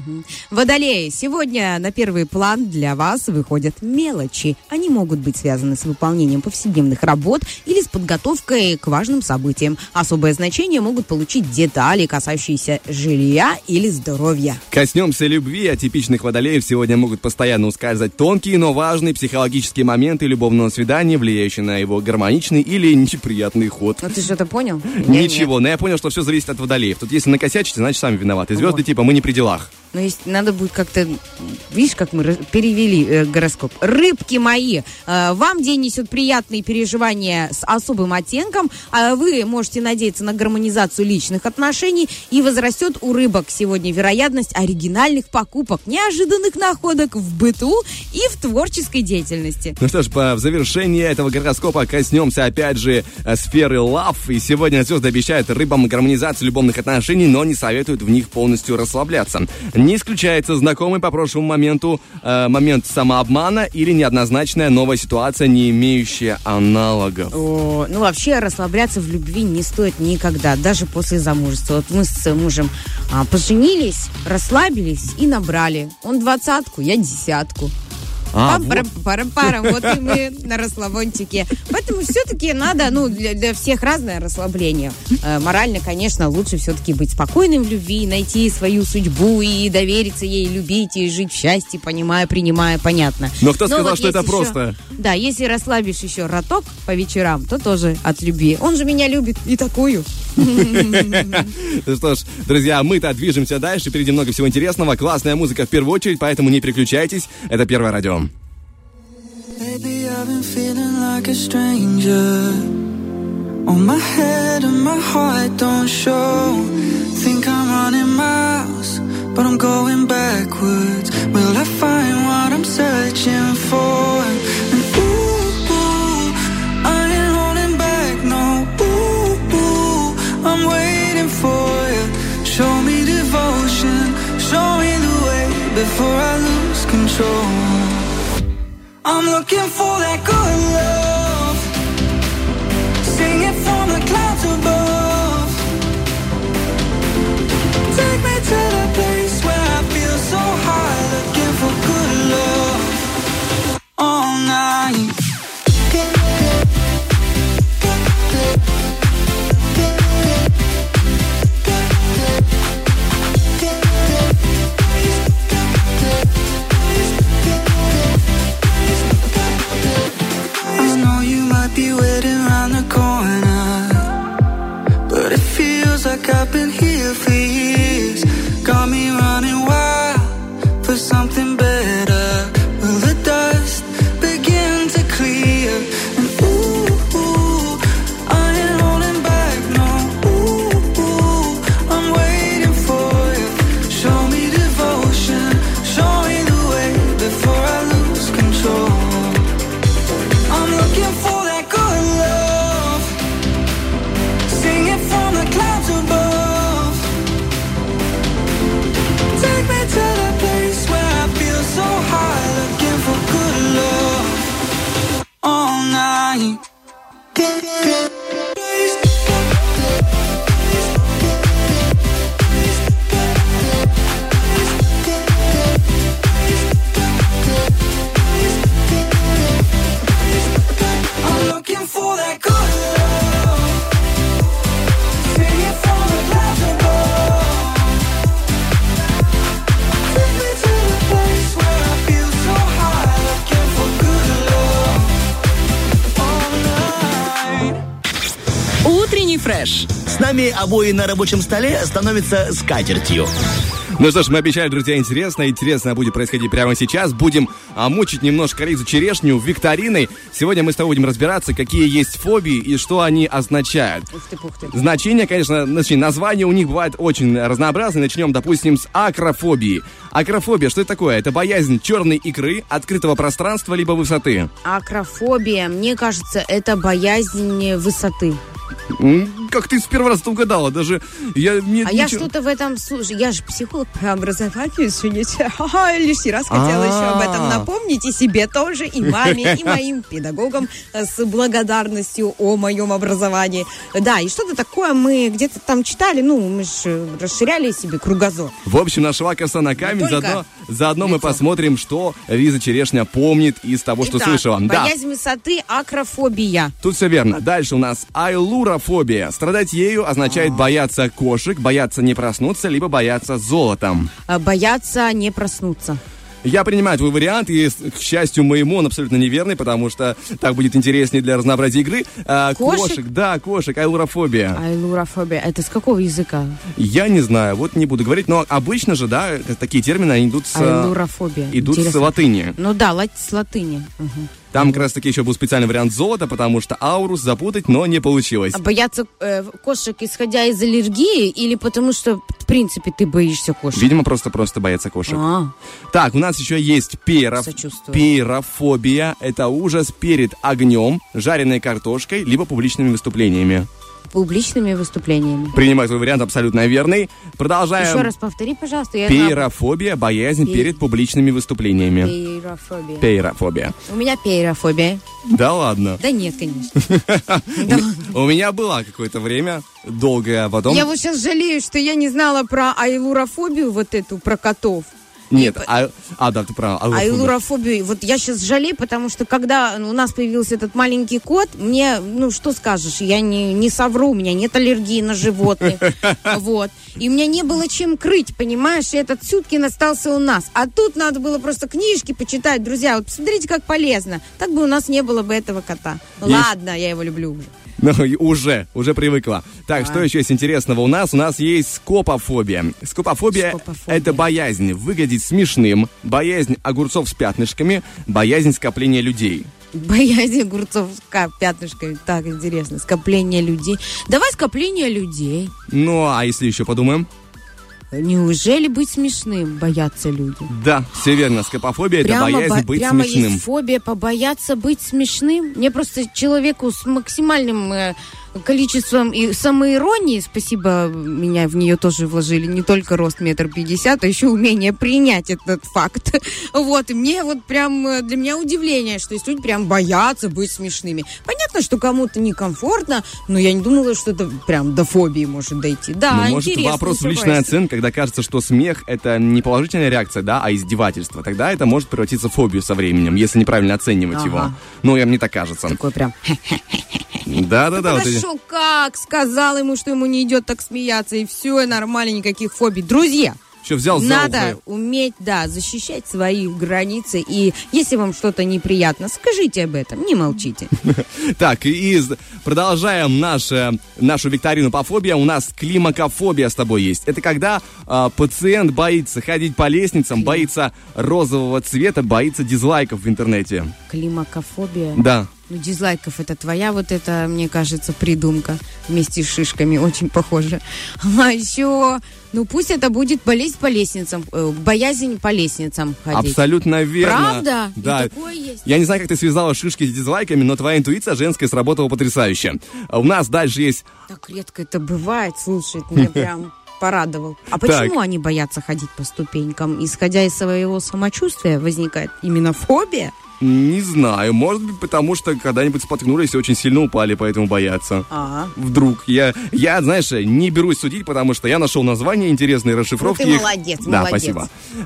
Водолеи, сегодня на первый план для вас выходят мелочи. Они могут быть связаны с выполнением повседневных работ или с подготовкой к важным событиям. Особое значение могут получить детали, касающиеся жилья или здоровья. Коснемся любви. От типичных водолеев сегодня могут постоянно ускальзать тонкие, но важные психологические моменты любовного свидания, влияющие на его гармоничный или неприятный ход. Ты что-то понял? Ничего, но я понял, что все зависит от водолеев. Тут если накосячите, значит сами виноваты. Звезды типа мы не при делах. Но есть, надо будет как-то... Видишь, как мы перевели гороскоп. Рыбки мои, вам день несет приятные переживания с особым оттенком. Вы можете надеяться на гармонизацию личных отношений. И возрастет у рыбок сегодня вероятность оригинальных покупок, неожиданных находок в быту и в творческой деятельности. Ну что ж, в завершении этого гороскопа коснемся опять же сферы love. И сегодня звезды обещают рыбам гармонизацию любовных отношений, но не советуют в них полностью расслабляться. Не исключается знакомый по прошлому моменту момент самообмана или неоднозначная новая ситуация, не имеющая аналогов. Вообще расслабляться в любви не стоит никогда, даже после замужества. Вот мы с мужем поженились, расслабились и набрали. Он 20-ку, я 10-ку. Парам-парам, вот и мы на расслабончике. Поэтому все-таки надо, для всех разное расслабление. Морально, конечно, лучше все-таки быть спокойным в любви, найти свою судьбу и довериться ей, любить и жить в счастье, понимая, принимая, понятно. Но кто сказал, что это просто? Да, если расслабишь еще роток по вечерам, то тоже от любви. Он же меня любит и такую. Что ж, друзья, мы-то движемся дальше. Впереди много всего интересного. Классная музыка в первую очередь, поэтому не переключайтесь. Это Первое радио. Lately I've been feeling like a stranger. On my head and my heart don't show. Think I'm running miles, but I'm going backwards. Will I find what I'm searching for? And ooh, I ain't holding back, no. Ooh, I'm waiting for you. Show me devotion, show me the way before I lose control. I'm looking for that good love, sing it from the clouds above. Take me to the place where I feel so high, looking for good love all night. There's no знаешь, с нами обои на рабочем столе становятся скатертью. Ну что ж, мы обещали, друзья, интересно будет происходить прямо сейчас. Будем мучить немножко Лизу Черешню викториной. Сегодня мы с тобой будем разбираться, какие есть фобии и что они означают. Ух ты, пух ты. Значение, конечно, названия у них бывают очень разнообразные. Начнем, допустим, с акрофобии. Акрофобия, что это такое? Это боязнь черной икры, открытого пространства либо высоты. Акрофобия, мне кажется, это боязнь высоты. Как ты с первого раза угадала, даже я что-то в этом слушаю. Я же психолог по образованию, извините. Лишний раз хотела еще об этом напомнить и себе тоже, и маме, и моим педагогам с благодарностью о моем образовании. Да, и что-то такое мы где-то там читали, мы же расширяли себе кругозор. В общем, нашла коса на камень, заодно мы посмотрим, что Лиза Черешня помнит из того, что слышала. Боязнь высоты, акрофобия. Тут все верно. Дальше у нас айлурофобия. Страдать ею означает бояться кошек, бояться не проснуться, либо бояться золотом. Бояться не проснуться. Я принимаю твой вариант, и, к счастью моему, он абсолютно неверный, потому что так будет интереснее для разнообразия игры. Кошек? Да, кошек, айлурофобия. Айлурофобия. Это с какого языка? Я не знаю, вот не буду говорить, но обычно же, да, такие термины, они идут с... Айлурофобия. Идут с латыни. Ну да, с латыни. Угу. Там как раз таки еще был специальный вариант золота, потому что аурус запутать, но не получилось. А бояться кошек, исходя из аллергии, или потому что, в принципе, ты боишься кошек? Видимо, просто бояться кошек. Так, у нас еще есть пейрофобия. Это ужас перед огнем, жареной картошкой, либо публичными выступлениями. Публичными выступлениями. Принимаю твой вариант абсолютно верный. Продолжаем. Еще раз повтори, пожалуйста. Пейрофобия, боязнь перед публичными выступлениями. Пейрофобия. У меня пейрофобия. Да ладно? Да нет, конечно. У меня была какое-то время, долгое, а потом... Я вот сейчас жалею, что я не знала про айлурофобию, вот эту, про котов. Нет, да, ты права. Айлурофобию. Вот я сейчас жалею, потому что когда у нас появился этот маленький кот, мне, что скажешь, я не совру, у меня нет аллергии на животных. Вот. И у меня не было чем крыть, понимаешь? И этот Сюткин остался у нас. А тут надо было просто книжки почитать, друзья. Вот посмотрите, как полезно. Так бы у нас не было бы этого кота. Ладно, я его люблю уже. Ну, уже привыкла. Так, что еще есть интересного у нас? У нас есть скопофобия. Скопофобия – это боязнь выглядеть смешным, боязнь огурцов с пятнышками, боязнь скопления людей. Боязнь огурцов с пятнышками. Так, интересно. Скопление людей. Давай скопление людей. Ну, а если еще подумаем? Неужели быть смешным боятся люди? Да, все верно. Скопофобия – это боязнь быть прямо смешным. Есть фобия побояться быть смешным? Мне просто человеку с максимальным количеством и самоиронии, спасибо, меня в нее тоже вложили, не только рост 1,50 м, а еще умение принять этот факт. Вот, и мне вот прям, для меня удивление, что есть люди прям боятся быть смешными. Понятно, что кому-то некомфортно, но я не думала, что это прям до фобии может дойти. Да, может, вопрос в личной оценке, когда кажется, что смех – это не положительная реакция, да, а издевательство. Тогда это может превратиться в фобию со временем, если неправильно оценивать его. Ну, мне так кажется. Такой прям... Да. Подошел, как сказал ему, что ему не идет так смеяться, и все, и нормально, никаких фобий. Друзья, надо уметь, защищать свои границы, и если вам что-то неприятно, скажите об этом, не молчите. Так, и продолжаем нашу викторину по фобиям. У нас климакофобия с тобой есть. Это когда пациент боится ходить по лестницам, боится розового цвета, боится дизлайков в интернете. Климакофобия? Да. Дизлайков это твоя вот эта, мне кажется, придумка вместе с шишками, очень похоже. А еще, пусть это будет болезнь по лестницам, боязнь по лестницам ходить. Абсолютно верно. Правда? Да. И такое есть. Я не знаю, как ты связала шишки с дизлайками, но твоя интуиция женская сработала потрясающе. У нас дальше есть... Так редко это бывает, слушай, меня прям... порадовал. А почему они боятся ходить по ступенькам? Исходя из своего самочувствия возникает именно фобия? Не знаю, может быть, потому что когда-нибудь споткнулись и очень сильно упали, поэтому боятся. Вдруг. Я, знаешь, не берусь судить, потому что я нашел название, интересные расшифровки. Ты молодец, да, спасибо.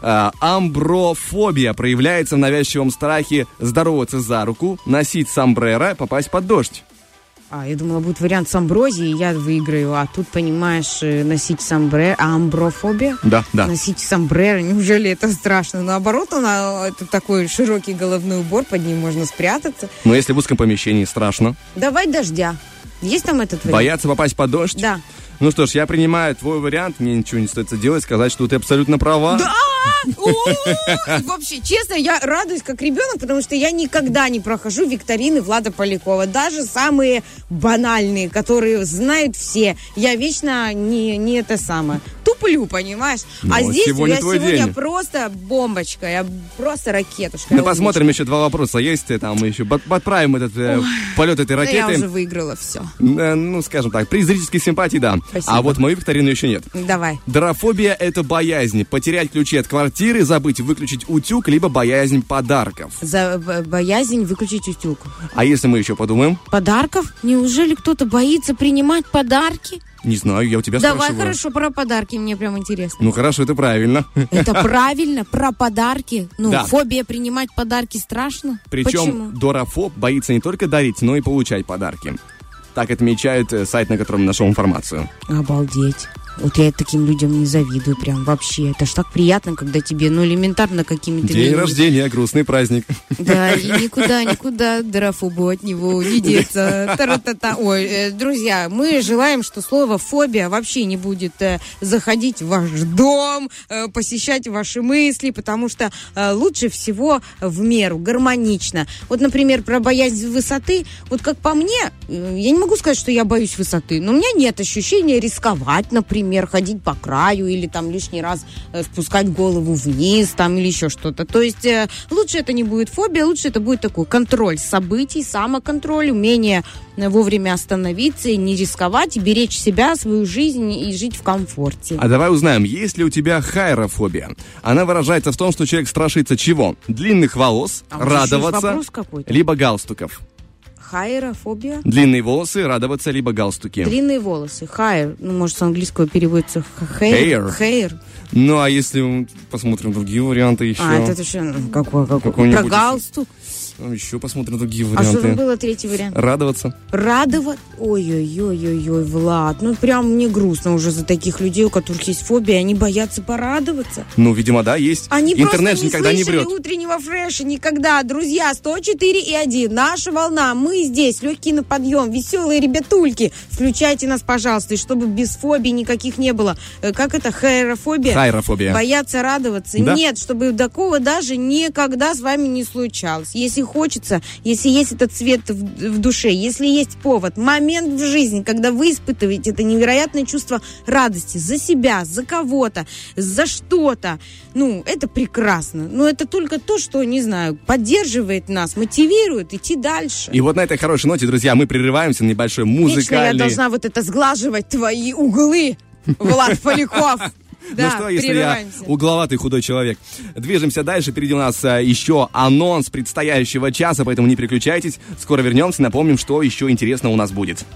Амброфобия проявляется в навязчивом страхе здороваться за руку, носить сомбреро, попасть под дождь. Я думала, будет вариант с амброзией, я выиграю. А тут, понимаешь, носить сомбреро. А амброфобия? Да. Носить сомбреро, неужели это страшно? Наоборот, это такой широкий головной убор, под ним можно спрятаться. Но если в узком помещении страшно? Давай дождя. Есть там этот вариант? Бояться попасть под дождь? Да. Ну что ж, я принимаю твой вариант. Мне ничего не стоит делать, сказать, что ты абсолютно права. Да! Вообще, честно, я радуюсь как ребенок, потому что я никогда не прохожу викторины Влада Полякова. Даже самые банальные, которые знают все. Я вечно не это самое. Туплю, понимаешь? Ну, а здесь сегодня я твой сегодня день. просто бомбочка. Я просто ракетушка. Ну, я посмотрим, еще два вопроса есть. Там мы еще подправим этот полет этой умничка. ракеты. Я уже выиграла все. Ну, скажем так, при зрительской симпатии, да. Спасибо. А вот мою викторину еще нет. Давай. Дорофобия – это боязнь потерять ключи от квартиры, забыть выключить утюг, либо боязнь подарков. Боязнь выключить утюг. А если мы еще подумаем? Подарков? Неужели кто-то боится принимать подарки? Не знаю, я у тебя Давай, спрашиваю. хорошо, про подарки, мне прям интересно. Ну, хорошо, это правильно. Это правильно, про подарки. Ну, Да. фобия принимать подарки страшно. Причем Почему? дорофоб боится не только дарить, но и получать подарки. Так отмечает сайт, на котором нашел информацию. Обалдеть. Вот я таким людям не завидую прям вообще. Это ж так приятно, когда тебе, ну, элементарно какими-то... День рождения, грустный праздник. Да, и никуда дорофобу от него не деться. Та-ра-та-та. Ой, друзья, мы желаем, что слово фобия вообще не будет заходить в ваш дом, посещать ваши мысли, потому что лучше всего в меру, гармонично. Вот, например, про боязнь высоты. Вот как по мне, я не могу сказать, что я боюсь высоты, но у меня нет ощущения рисковать, например, ходить по краю или там лишний раз спускать голову вниз там или еще что-то. То есть лучше это не будет фобия, лучше это будет такой контроль событий, самоконтроль, умение вовремя остановиться и не рисковать, и беречь себя, свою жизнь и жить в комфорте. А давай узнаем, есть ли у тебя хайрофобия? Она выражается в том, что человек страшится чего? Длинных волос, А вот еще есть радоваться, вопрос какой-то. либо галстуков. Хайрофобия? Длинные волосы, радоваться, либо галстуки. Длинные волосы. Хайр. Ну, может, с английского переводится hair. Hair. Ну, а если посмотрим другие варианты еще? А, это еще какой? Какой-нибудь Про галстук. Еще посмотрим другие А что варианты. там было третий вариант? Радоваться. Радовать? Ой-ой-ой-ой-ой, Влад. Ну, прям мне грустно уже за таких людей, у которых есть фобия. Они боятся порадоваться. Ну, видимо, да, есть. Они Интернет просто не никогда не слышали врет. утреннего фреша никогда. Друзья, 104,1. Наша волна. Мы здесь. Легкий на подъем. Веселые ребятульки. Включайте нас, пожалуйста. И чтобы без фобий никаких не было. Как это? Хайрофобия? Хайрофобия. Бояться радоваться? Да. Нет, чтобы такого даже никогда с вами не случалось. Если хочется, если есть этот цвет в душе, если есть повод, момент в жизни, когда вы испытываете это невероятное чувство радости за себя, за кого-то, за что-то, ну, это прекрасно. Но это только то, что, не знаю, поддерживает нас, мотивирует идти дальше. И вот на этой хорошей ноте, друзья, мы прерываемся на небольшой Лично музыкальный... я должна вот это сглаживать твои углы, Влад Поляков. Да, ну что, если прерываемся. я угловатый худой человек. Движемся дальше. Впереди у нас еще анонс предстоящего часа, поэтому не переключайтесь. Скоро вернемся, напомним, что еще интересно у нас будет.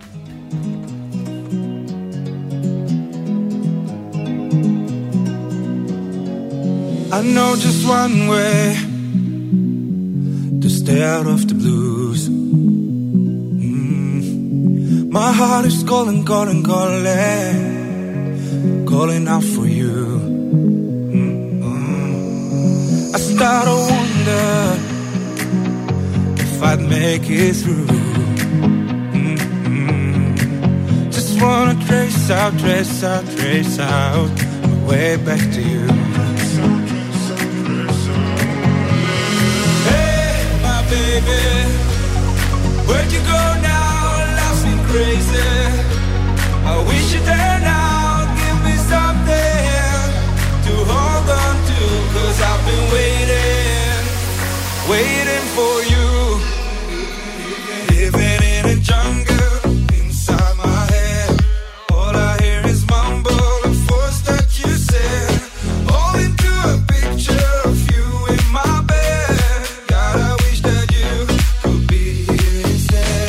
I know just one way to stay out of the blues. My heart is calling, calling, calling, calling out for you. I start to wonder if I'd make it through. Just wanna trace out, trace out, trace out my way back to you. Baby, where'd you go now? Love's been crazy. I wish you there now. Give me something to hold on to, 'cause I've been waiting for you. Living in a jungle inside my head. All I hear is mumble and force that you said. All into a picture of you in my bed. God, I wish that you could be here instead.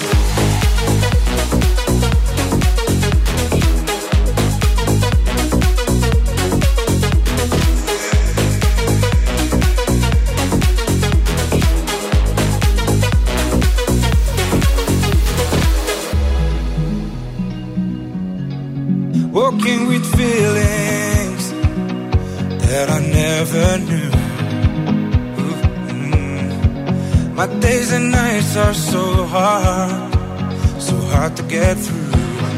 Walking with feelings that I never knew. My days and nights are so hard, so hard to get through.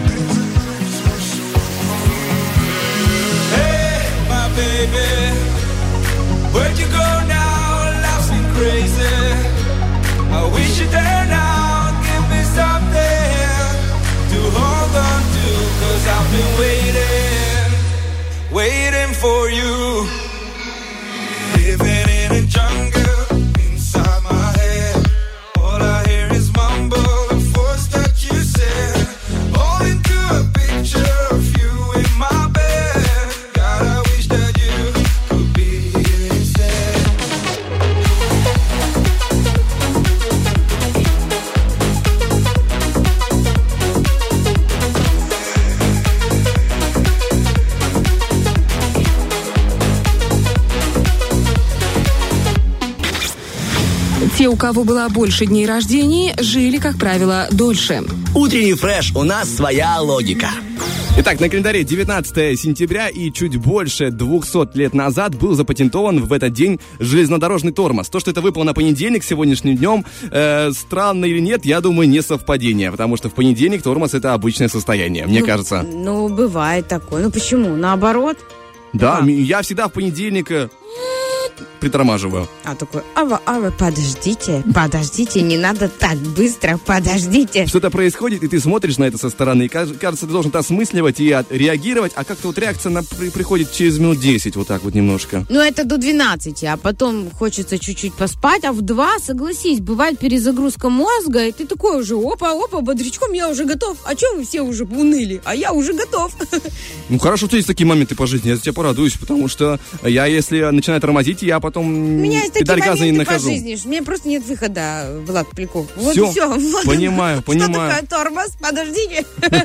Hey, my baby, where'd you go now? Life's been crazy. I wish you'd there now. Give me something to hold on to, 'cause I've been waiting for you. Living in a jungle inside my head. All I hear is mumble and force that you said. All into a picture of you in my bed. God, I wish that you could be here instead. Те, у кого было больше дней рождения, жили, как правило, дольше. Утренний фреш, у нас своя логика. Итак, на календаре 19 сентября и чуть больше 200 лет назад был запатентован в этот день железнодорожный тормоз. То, что это выпало на понедельник сегодняшним днем, странно или нет, я думаю, не совпадение. Потому что в понедельник тормоз — это обычное состояние, мне кажется. Ну, бывает такое. Ну, почему? Наоборот? Да, я всегда в понедельник притормаживаю. А такой, подождите, не надо так быстро, подождите. Что-то происходит, и ты смотришь на это со стороны, и кажется, ты должен это осмысливать и реагировать, а как-то вот реакция приходит через минут 10, вот так вот немножко. Ну, это до 12, а потом хочется чуть-чуть поспать, а в 2, согласись, бывает перезагрузка мозга, и ты такой уже, опа, бодрячком, я уже готов. А чем вы все уже уныли? А я уже готов. Ну, хорошо, что есть такие моменты по жизни, я за тебя порадуюсь, потому что я, если начинаю тормозить, я потом педаль газа не нахожу. У меня есть такие моменты по жизни, у меня просто нет выхода, Влад Поляков. Вот все, все. Понимаю. Что такое тормоз? Подождите.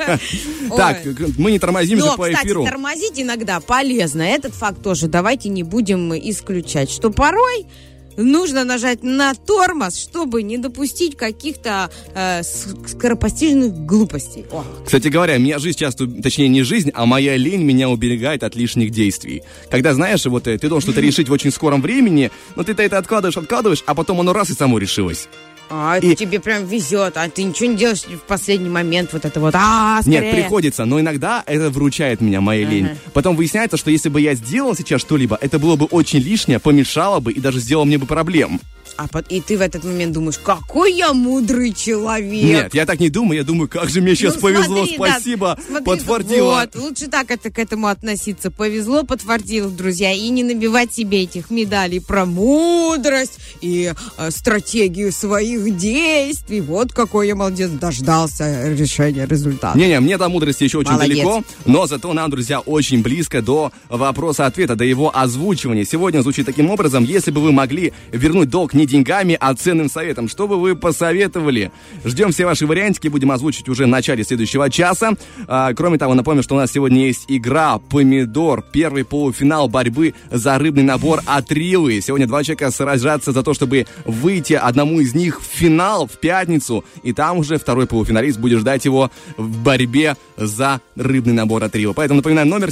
Так, мы не тормозим же по эфиру. Но, кстати, тормозить иногда полезно. Этот факт тоже давайте не будем исключать, что порой нужно нажать на тормоз, чтобы не допустить каких-то скоропостижных глупостей. Кстати говоря, меня жизнь часто, точнее не жизнь, а моя лень меня уберегает от лишних действий. Когда, знаешь, вот ты должен что-то решить в очень скором времени, но ты это откладываешь, а потом оно раз и само решилось. Это тебе прям везет, а ты ничего не делаешь в последний момент, вот это вот, скорее. Нет, приходится, но иногда это выручает меня, моя лень. Потом выясняется, что если бы я сделал сейчас что-либо, это было бы очень лишнее, помешало бы и даже сделало мне бы проблем. И ты в этот момент думаешь, какой я мудрый человек. Нет, я так не думаю, я думаю, как же мне сейчас повезло, спасибо, подтвердило. Вот, лучше так к этому относиться. Повезло, подтвердило, друзья, и не набивать себе этих медалей про мудрость и стратегию своих действий. Вот какой я молодец, дождался решения результата. Не-не, мне до мудрости еще очень далеко, но зато нам, друзья, очень близко до вопроса-ответа, до его озвучивания. Сегодня звучит таким образом: если бы вы могли вернуть долг не деньгами, а ценным советом, что бы вы посоветовали? Ждем все ваши вариантики, будем озвучить уже в начале следующего часа. Кроме того, напомню, что у нас сегодня есть игра «Помидор», первый полуфинал борьбы за рыбный набор от Рилы. Сегодня 2 человека сражаются за то, чтобы выйти одному из них в финал в пятницу, и там уже второй полуфиналист будет ждать его в борьбе за рыбный набор от Рилы. Поэтому напоминаем, номер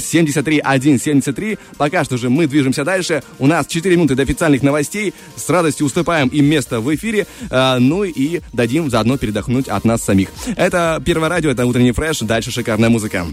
73173. Пока что же мы движемся дальше. У нас 4 минуты до официальных новостей. С радостью уступаем им место в эфире, ну и дадим заодно передохнуть от нас самих. Это Первое радио, это утренний фреш, дальше шикарная музыка.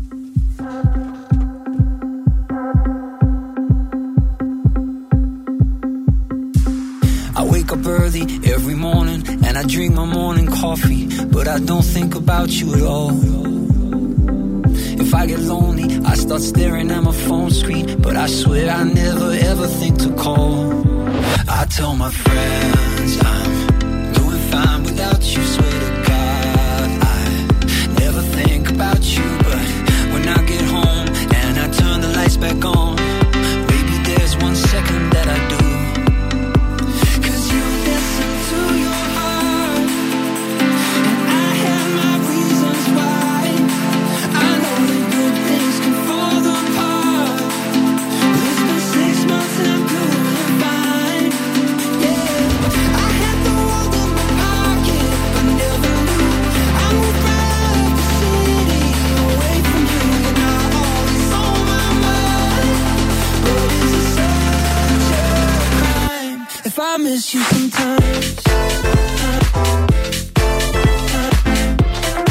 I wake up early every morning and I drink my morning coffee, but I don't think about you at all. If I get lonely, I start staring at my phone screen, but I swear I never ever think to call. I tell my friends I'm doing fine without you, swear to God I never think about you, but when I get home and I turn the lights back on, maybe there's 1 second that I do. I miss you sometimes.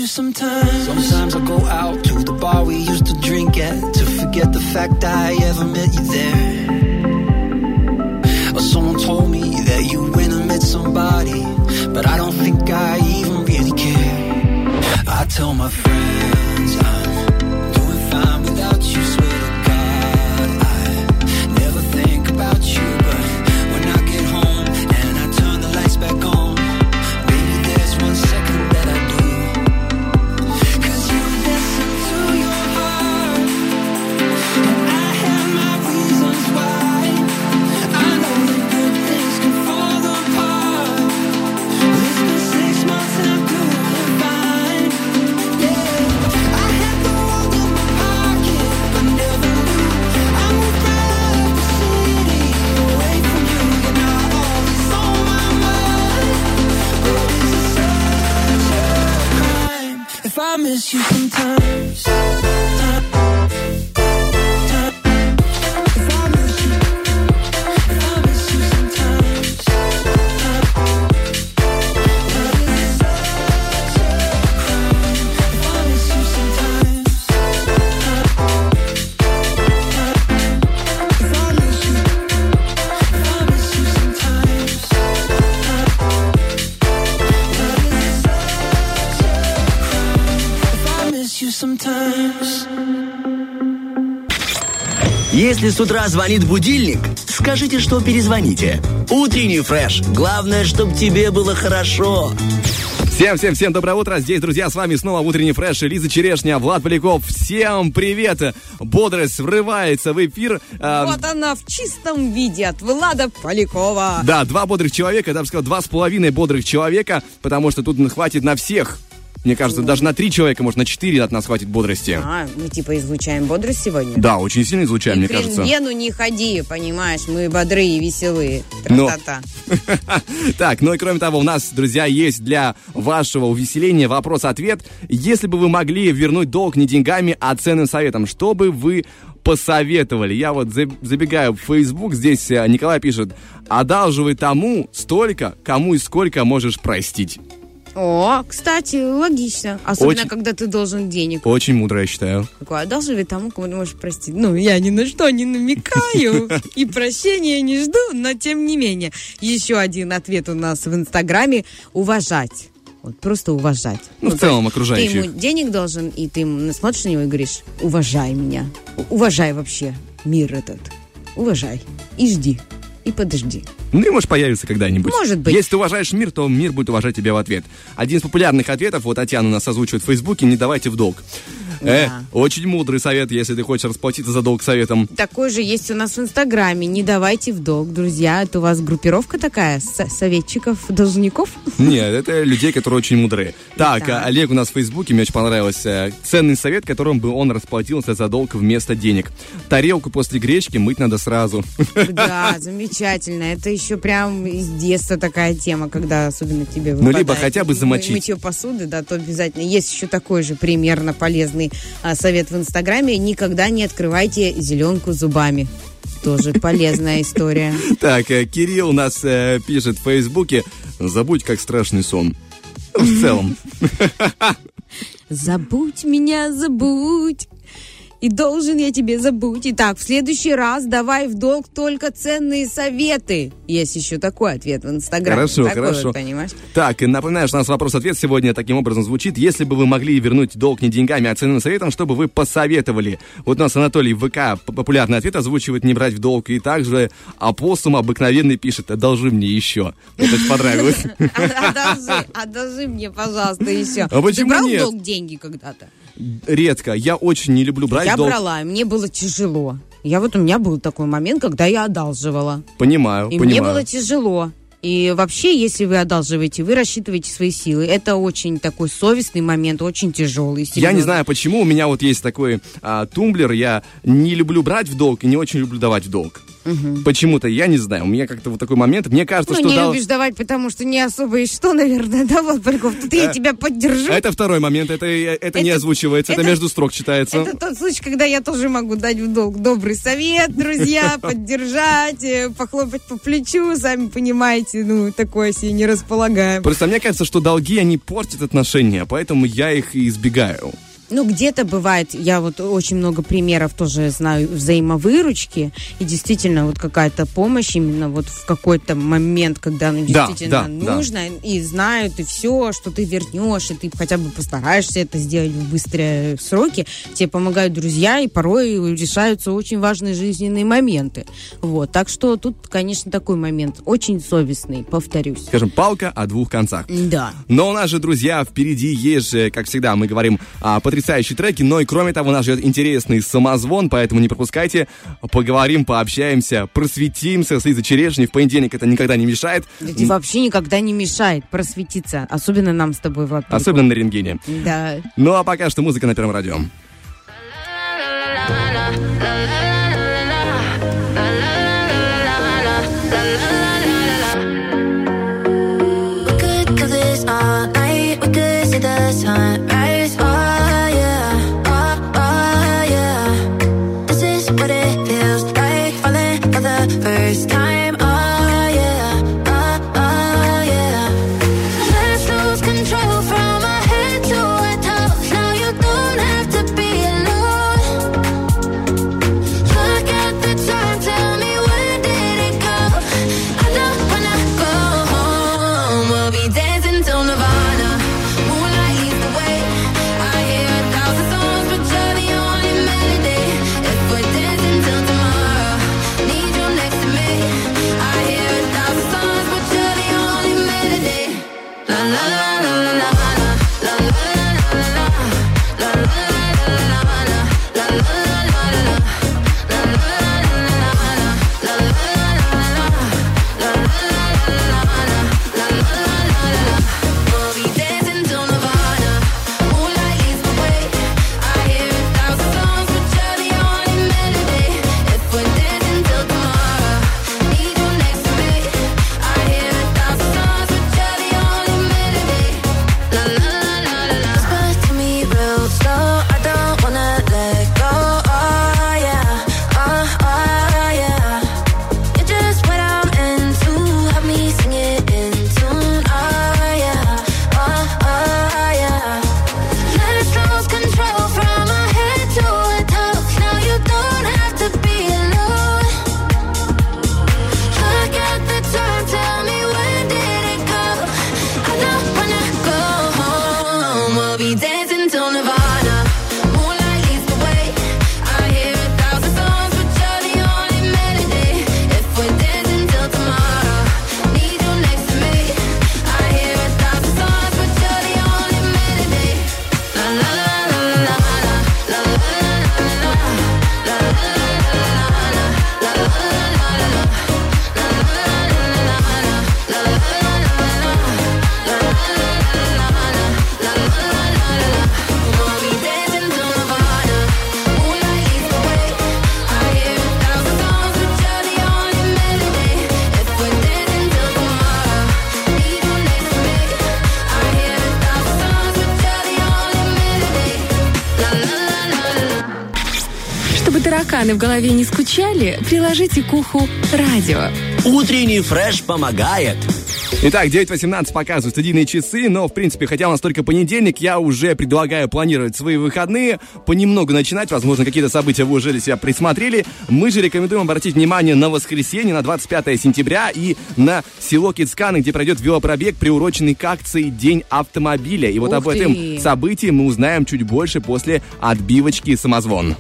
sometimes. Sometimes I go out to the bar we used to drink at, to forget the fact I ever met you there. Or someone told me that you went and met somebody, but I don't think I even really care. I tell my friends I'm doing fine without you, swear to God I never think about you, but when I get home and I turn the lights back on, maybe there's 1 second that I do. 'Cause you listen to your heart, and I have my reasons why. I know that good things can fall apart. It's been 6 months and I'm doing fine. Yeah, I had the world in my pocket, but never knew I moved out of the city, away from you. You're not always on my mind, but it's such a crime if I miss you sometimes. Если с утра звонит будильник, скажите, что перезвоните. Утренний фреш. Главное, чтобы тебе было хорошо. Всем доброе утро. Здесь, друзья, с вами снова утренний фреш. Лиза Черешня, Влад Поляков. Всем привет. Бодрость врывается в эфир. Вот она в чистом виде от Влада Полякова. Да, 2 бодрых человека, я даже сказал, 2,5 бодрых человека, потому что тут хватит на всех. Мне кажется, даже на 3 человека, может, на 4 от нас хватит бодрости. Мы типа излучаем бодрость сегодня? Да, очень сильно излучаем, и мне кажется. И к рентгену не ходи, понимаешь, мы бодрые и веселые. Тра-та-та. Так, ну и кроме того, у нас, друзья, есть для вашего увеселения вопрос-ответ. Если бы вы могли вернуть долг не деньгами, а ценным советом, что бы вы посоветовали? Я вот забегаю в Facebook, здесь Николай пишет: одалживай тому столько, кому и сколько можешь простить. О, кстати, логично. Особенно, когда ты должен денег. Очень мудро, я считаю. Такое, одалживай тому, кому ты можешь простить. Ну, я ни на что не намекаю. И прощения не жду, но тем не менее. Еще один ответ у нас в Инстаграме. Уважать. Вот просто уважать. Ну, в целом окружающих. Ты ему денег должен, и ты смотришь на него и говоришь: уважай меня. Уважай вообще мир этот. Уважай. И жди. И подожди. Ну и может появиться когда-нибудь. Может быть. Если ты уважаешь мир, то мир будет уважать тебя в ответ. Один из популярных ответов, вот Татьяна нас озвучивает в Фейсбуке: не давайте в долг. Да. Очень мудрый совет, если ты хочешь расплатиться за долг советом. Такой же есть у нас в Инстаграме. Не давайте в долг, друзья. Это у вас группировка такая советчиков, должников? Нет, это людей, которые очень мудрые. Так, Да. Олег у нас в Фейсбуке, мне очень понравился ценный совет, которым бы он расплатился за долг вместо денег. Тарелку после гречки мыть надо сразу. Да, замечательно. Это еще прям из детства такая тема, когда особенно тебе выпадает. либо хотя бы замочить. Мытье посуды, да, то обязательно. Есть еще такой же примерно полезный совет в Инстаграме. Никогда не открывайте зеленку зубами. Тоже полезная история. Так, Кирилл у нас пишет в Фейсбуке: забудь, как страшный сон. В целом. Забудь меня, забудь. И должен я тебе забудь. Итак, в следующий раз давай в долг только ценные советы. Есть еще такой ответ в Инстаграме. Хорошо, такой хорошо. Вот, понимаешь? Так, напоминаю, что у нас вопрос-ответ сегодня таким образом звучит: если бы вы могли вернуть долг не деньгами, а ценным советом, что бы вы посоветовали? Вот у нас Анатолий в ВК популярный ответ озвучивает: не брать в долг. И также Апоссум обыкновенный пишет: одолжи мне еще. Мне очень понравилось. Одолжи мне, пожалуйста, еще. А почему Ты брал нет? в долг деньги когда-то? Редко. Я очень не люблю брать Я долг. брала, и мне было тяжело. У меня был такой момент, когда я одалживала. Понимаю, И понимаю. мне было тяжело. И вообще, если вы одалживаете, вы рассчитываете свои силы. Это очень такой совестный момент, очень тяжелый. Я серьезный. не знаю, почему. У меня вот есть такой тумблер. Я не люблю брать в долг и не очень люблю давать в долг. Почему-то, я не знаю, у меня как-то вот такой момент. Мне кажется, что... не любишь давать, потому что не особо есть что, наверное, да, вот, Поляков? Тут я тебя поддержу. Это второй момент, это не озвучивается, это между строк читается. Это тот случай, когда я тоже могу дать в долг добрый совет, друзья, поддержать, похлопать по плечу, сами понимаете, такое себе не располагаем. Просто мне кажется, что долги, они портят отношения, поэтому я их и избегаю. Где-то бывает, я вот очень много примеров тоже знаю взаимовыручки, и действительно вот какая-то помощь именно вот в какой-то момент, когда она действительно нужна, и знают, и все, что ты вернешь, и ты хотя бы постараешься это сделать в быстрые сроки, тебе помогают друзья, и порой решаются очень важные жизненные моменты. Вот, так что тут, конечно, такой момент очень совестный, повторюсь. Скажем, палка о двух концах. Да. Но у нас же, друзья, впереди есть же, как всегда, мы говорим о потрясающие треки, но и кроме того, нас ждет интересный самозвон, поэтому не пропускайте, поговорим, пообщаемся, просветимся с Лизой Черешней. В понедельник это никогда не мешает. Это вообще никогда не мешает просветиться, особенно нам с тобой, Влад. Особенно на рентгене. Да. Ну а пока что музыка на Первом радио. First time, oh yeah, oh yeah. Let's lose control from our head to our toes. Now you don't have to be alone. Look at the time, tell me where did it go? I don't wanna go home. We'll be dancing till Nirvana. Moonlight leads the way. I hear 1,000 songs, but you're the only melody. If we're dancing till tomorrow, need you next to me. I hear 1,000 songs, but you're the only melody. La la la la la la la la la la la la la We'll be dancing till Nirvana. Moonlight leads the way. I hear 1,000 songs, but you're the only melody. If we're dancing till tomorrow, need you next to me. I hear 1,000 songs, but you're the only melody. La la la la la. Whisper to me real slow. I don't wanna let go. Oh yeah, oh yeah. You're just what I'm into. Help me sing it in tune. Oh yeah, oh yeah. Let's lose control from our head to our toes. Now you don't have to be alone. Look at the time, tell me when did it go? I don't wanna go home. We'll be dancing till Nirvana. Moonlight leads the way. I hear 1,000 songs, but you're the only melody. If we're dancing till tomorrow, need you next to me. I hear 1,000 songs, but you're the only melody. La la la la la la la la We'll be dancing till Nirvana. Moonlight leads the way. I hear 1,000 songs, but you're the only melody. If we're dancing till tomorrow, need you next to me. I hear 1,000 songs, but you're the only melody. La la la la. Чтобы тараканы в голове не скучали, приложите к уху радио. Утренний фреш помогает. Итак, 9:18 показывают студийные часы, но, в принципе, хотя у нас только понедельник, я уже предлагаю планировать свои выходные, понемногу начинать, возможно, какие-то события вы уже для себя присмотрели. Мы же рекомендуем обратить внимание на воскресенье, на 25 сентября и на село Кицканы, где пройдет велопробег, приуроченный к акции «День автомобиля». И вот об этом событии мы узнаем чуть больше после отбивочки «Самозвон».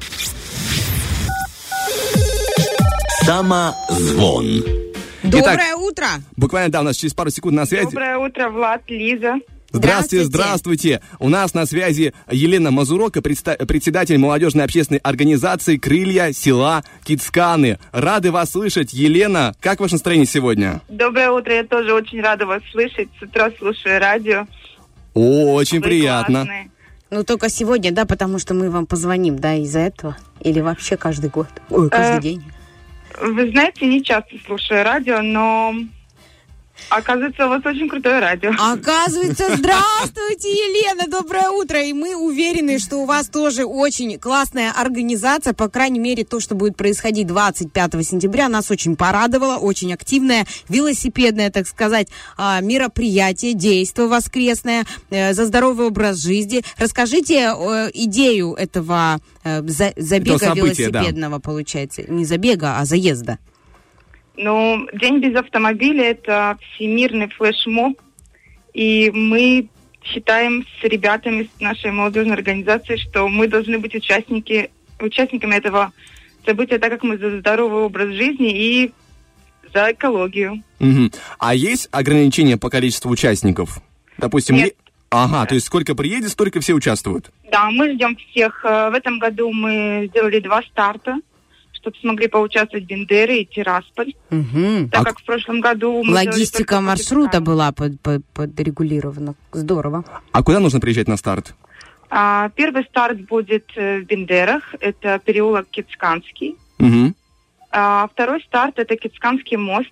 Самозвон. Доброе утро! Буквально, да, у нас через пару секунд на связи. Доброе утро, Влад, Лиза. Здравствуйте, здравствуйте. У нас на связи Елена Мазурока, председатель молодежной общественной организации «Крылья села Кицканы». Рады вас слышать. Елена, как ваше настроение сегодня? Доброе утро, я тоже очень рада вас слышать. С утра слушаю радио. О, очень приятно. Классные. Ну, только сегодня, да, потому что мы вам позвоним, да, из-за этого? Или вообще каждый год? Ой, каждый день? Вы знаете, не часто слушаю радио, но оказывается, у вас очень крутое радио. Оказывается, здравствуйте, Елена, доброе утро. И мы уверены, что у вас тоже очень классная организация. По крайней мере, то, что будет происходить 25 сентября, нас очень порадовало. Очень активное, велосипедное, так сказать, мероприятие, действо воскресное за здоровый образ жизни. Расскажите идею этого забега события, велосипедного, получается. Не забега, а заезда. Ну, День без автомобиля – это всемирный флешмоб, и мы считаем с ребятами, с нашей молодежной организацией, что мы должны быть участниками этого события, так как мы за здоровый образ жизни и за экологию. Угу. А есть ограничения по количеству участников? Допустим, Нет. Ага, то есть сколько приедет, столько все участвуют? Да, мы ждем всех. В этом году мы сделали 2 старта, чтобы смогли поучаствовать Бендеры и Тирасполь. Угу. Так как в прошлом году... Логистика маршрута была подрегулирована. Здорово. А куда нужно приезжать на старт? Первый старт будет в Бендерах. Это переулок Кицканский. Угу. Второй старт – это Кицканский мост.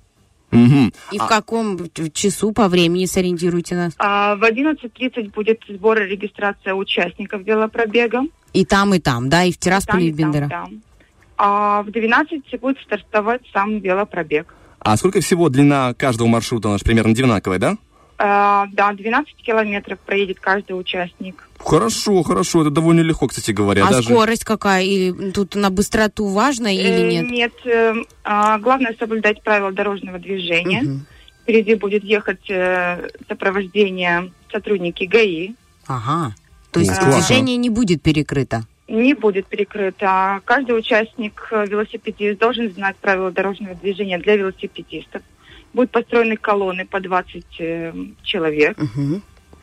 Угу. И в каком часу по времени сориентируйте нас? В 11:30 будет сбор и регистрация участников велопробега. И там, да? И в Тирасполе, и в Бендерах? Там. А в 12 будет стартовать сам велопробег. А сколько всего длина каждого маршрута? Она же примерно одинаковая, да? Да, 12 километров проедет каждый участник. Хорошо, это довольно легко, кстати говоря. А скорость какая? Или тут на быстроту важно или нет? Нет, главное соблюдать правила дорожного движения. Угу. Впереди будет ехать сопровождение сотрудники ГАИ. Ага, то есть классно. движение не будет перекрыто? Не будет перекрыто. Каждый участник, велосипедист, должен знать правила дорожного движения для велосипедистов. Будут построены колонны по 20 человек. Угу.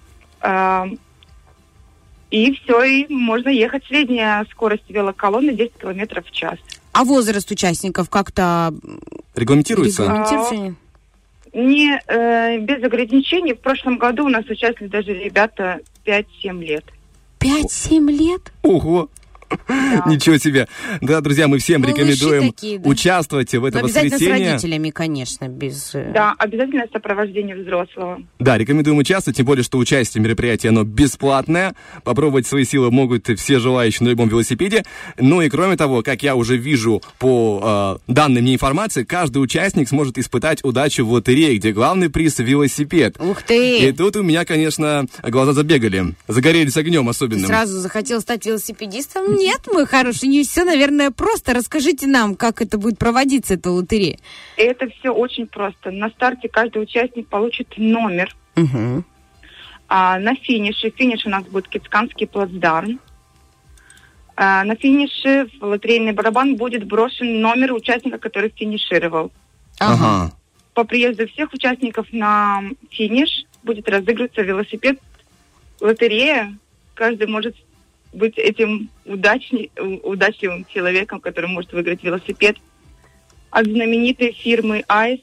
И все, и можно ехать. Средняя скорость велоколонны 10 километров в час. А возраст участников как-то регламентируется? Не без ограничений. В прошлом году у нас участвовали даже ребята 5-7 лет. 5-7 лет? Ого! Да. Ничего себе. Да, друзья, мы всем рекомендуем такие, да. участвовать в это обязательно воскресенье. Обязательно с родителями, конечно. Без... Да, обязательно сопровождение взрослого. Да, рекомендуем участвовать, тем более, что участие в мероприятии, оно бесплатное. Попробовать свои силы могут все желающие на любом велосипеде. Ну и кроме того, как я уже вижу по данной мне информации, каждый участник сможет испытать удачу в лотерее, где главный приз — велосипед. Ух ты! И тут у меня, конечно, глаза забегали. Загорелись огнем особенным. Ты сразу захотел стать велосипедистом? Нет, мой хороший, не все, наверное, просто. Расскажите нам, как это будет проводиться, эта лотерея. Это все очень просто. На старте каждый участник получит номер. Угу. На финише у нас будет Кицканский плацдарм. На финише в лотерейный барабан будет брошен номер участника, который финишировал. Ага. По приезду всех участников на финиш будет разыгрываться велосипед. Лотерея. Каждый может быть этим удачливым человеком, который может выиграть велосипед от знаменитой фирмы Аист.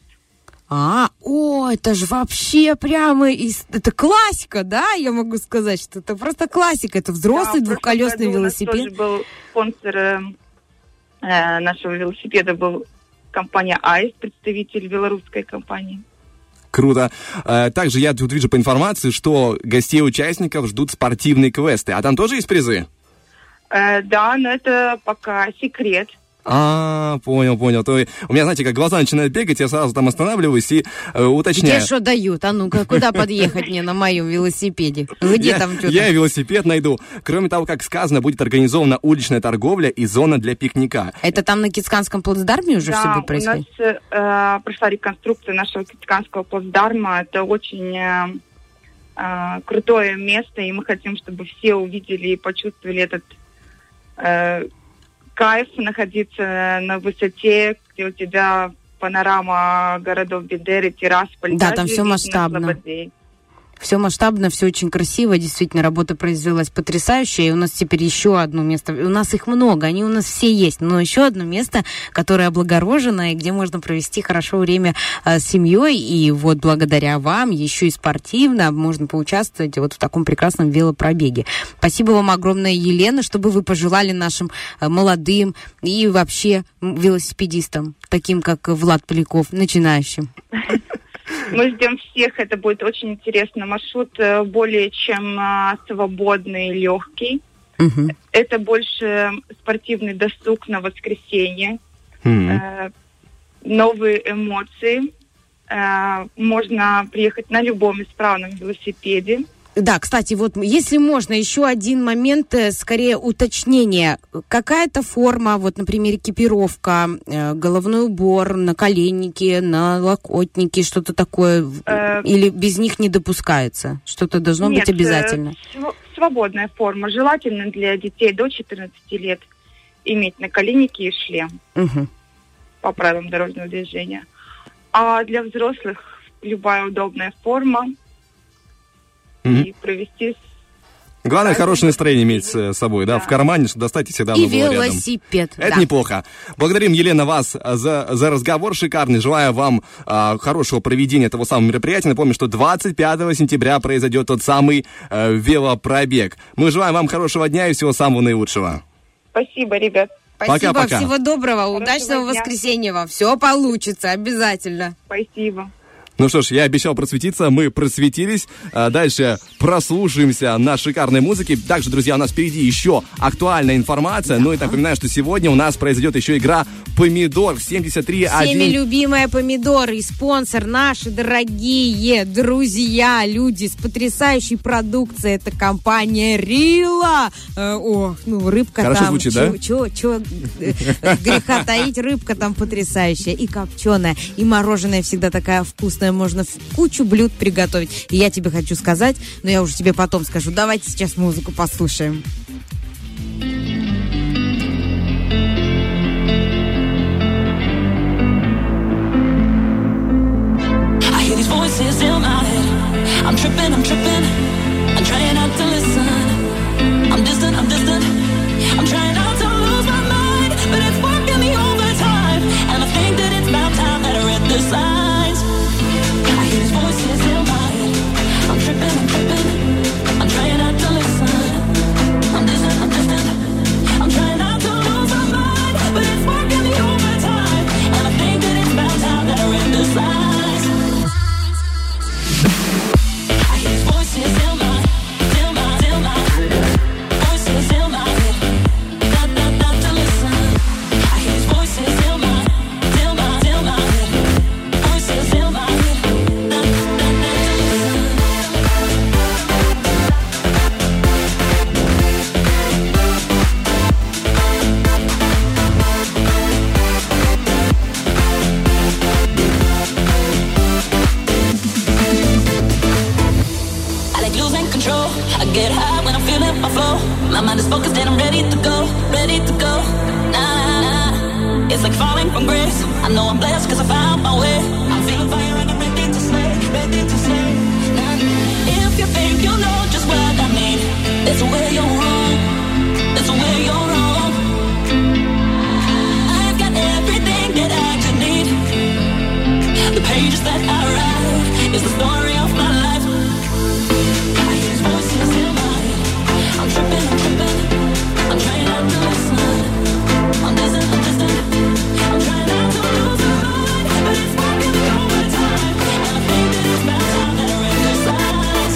Это же вообще прямо это классика, да? Я могу сказать, что это просто классика. Это взрослый двухколесный велосипед. У нас тоже был спонсор нашего велосипеда, был компания Аист, представитель белорусской компании. Круто. Также я тут вижу по информации, что гостей участников ждут спортивные квесты. А там тоже есть призы? Да, но это пока секрет. Понял. То у меня, знаете, как глаза начинают бегать, я сразу там останавливаюсь и уточняю. Где что дают? А ну-ка, куда подъехать мне на моем велосипеде? Где там что-то? Я велосипед найду. Кроме того, как сказано, будет организована уличная торговля и зона для пикника. Это там на Кицканском плацдарме уже все будет происходить? Да, у нас прошла реконструкция нашего Кицканского плацдарма. Это очень крутое место, и мы хотим, чтобы все увидели и почувствовали этот кайф находиться на высоте, где у тебя панорама городов Бендеры, Тирасполь. Да, там все масштабно. Все масштабно, все очень красиво. Действительно, работа произвелась потрясающая. И у нас теперь еще одно место. У нас их много, они у нас все есть. Но еще одно место, которое облагорожено, и где можно провести хорошо время с семьей. И вот благодаря вам еще и спортивно можно поучаствовать вот в таком прекрасном велопробеге. Спасибо вам огромное, Елена, чтобы вы пожелали нашим молодым и вообще велосипедистам, таким как Влад Поляков, начинающим. Мы ждем всех, это будет очень интересно. Маршрут более чем свободный, легкий. Это больше спортивный досуг на воскресенье. Новые эмоции. Можно приехать на любом исправном велосипеде. Да, кстати, вот если можно, еще один момент, скорее уточнение. Какая-то форма, вот, например, экипировка, головной убор, наколенники, налокотники, что-то такое, или без них не допускается? Что-то должно быть обязательно? Свободная форма. Желательно для детей до 14 лет иметь наколенники и шлем по правилам дорожного движения. А для взрослых любая удобная форма. И провести... Главное, хорошее настроение иметь с собой, да, в кармане, чтобы достать и всегда оно было рядом. И велосипед. Это неплохо. Благодарим, Елена, вас за разговор шикарный. Желаю вам хорошего проведения этого самого мероприятия. Напомню, что 25 сентября произойдет тот самый велопробег. Мы желаем вам хорошего дня и всего самого наилучшего. Спасибо, ребят. Спасибо, пока-пока. Всего доброго, Хорошего удачного дня. воскресенья вам. Все получится, обязательно. Спасибо. Ну что ж, я обещал просветиться, мы просветились. Дальше прослушаемся на шикарной музыке. Также, друзья, у нас впереди еще актуальная информация. Ну и напоминаю, что сегодня у нас произойдет еще игра «Помидор» 73-1. Всеми любимая «Помидор» и спонсор наши дорогие друзья, люди с потрясающей продукцией. Это компания «Рила». Рыбка хорошо там. Звучит, да? Греха таить, рыбка там потрясающая. И копченая, и мороженое всегда такая вкусная. Можно кучу блюд приготовить. И я тебе хочу сказать, но я уже тебе потом скажу. Давайте сейчас музыку послушаем. Voices in my head. I'm tripping. I'm trying not to listen. I'm distant. I'm trying not to lose my mind, but it's working me overtime. And I think that it's about time that I read the signs. I hear these voices in my head. I'm tripping. I'm trying not to listen. I'm distant. I'm trying not to lose my mind, but it's working me overtime. And I think that it's about time that I read the signs. Voices in my voices in my head. Not to listen. I hear these voices in my voices in my head. Not to listen. I like losing control. I get high when I'm feeling my flow. My mind is focused and I'm ready to go. Nah. It's like falling from grace. I know I'm blessed cause I found my way. I'm feeling fire and I'm ready to slay. Nah. If you think you know just what I mean, that's where you're wrong. I've got everything that I could need. The pages that I write is the story of my life. I hear these voices in my head. I'm tripping. I'm trying not to listen. I'm distant. I'm trying not to lose my mind, but it's working me overtime. And I think that it's about time that I read the signs.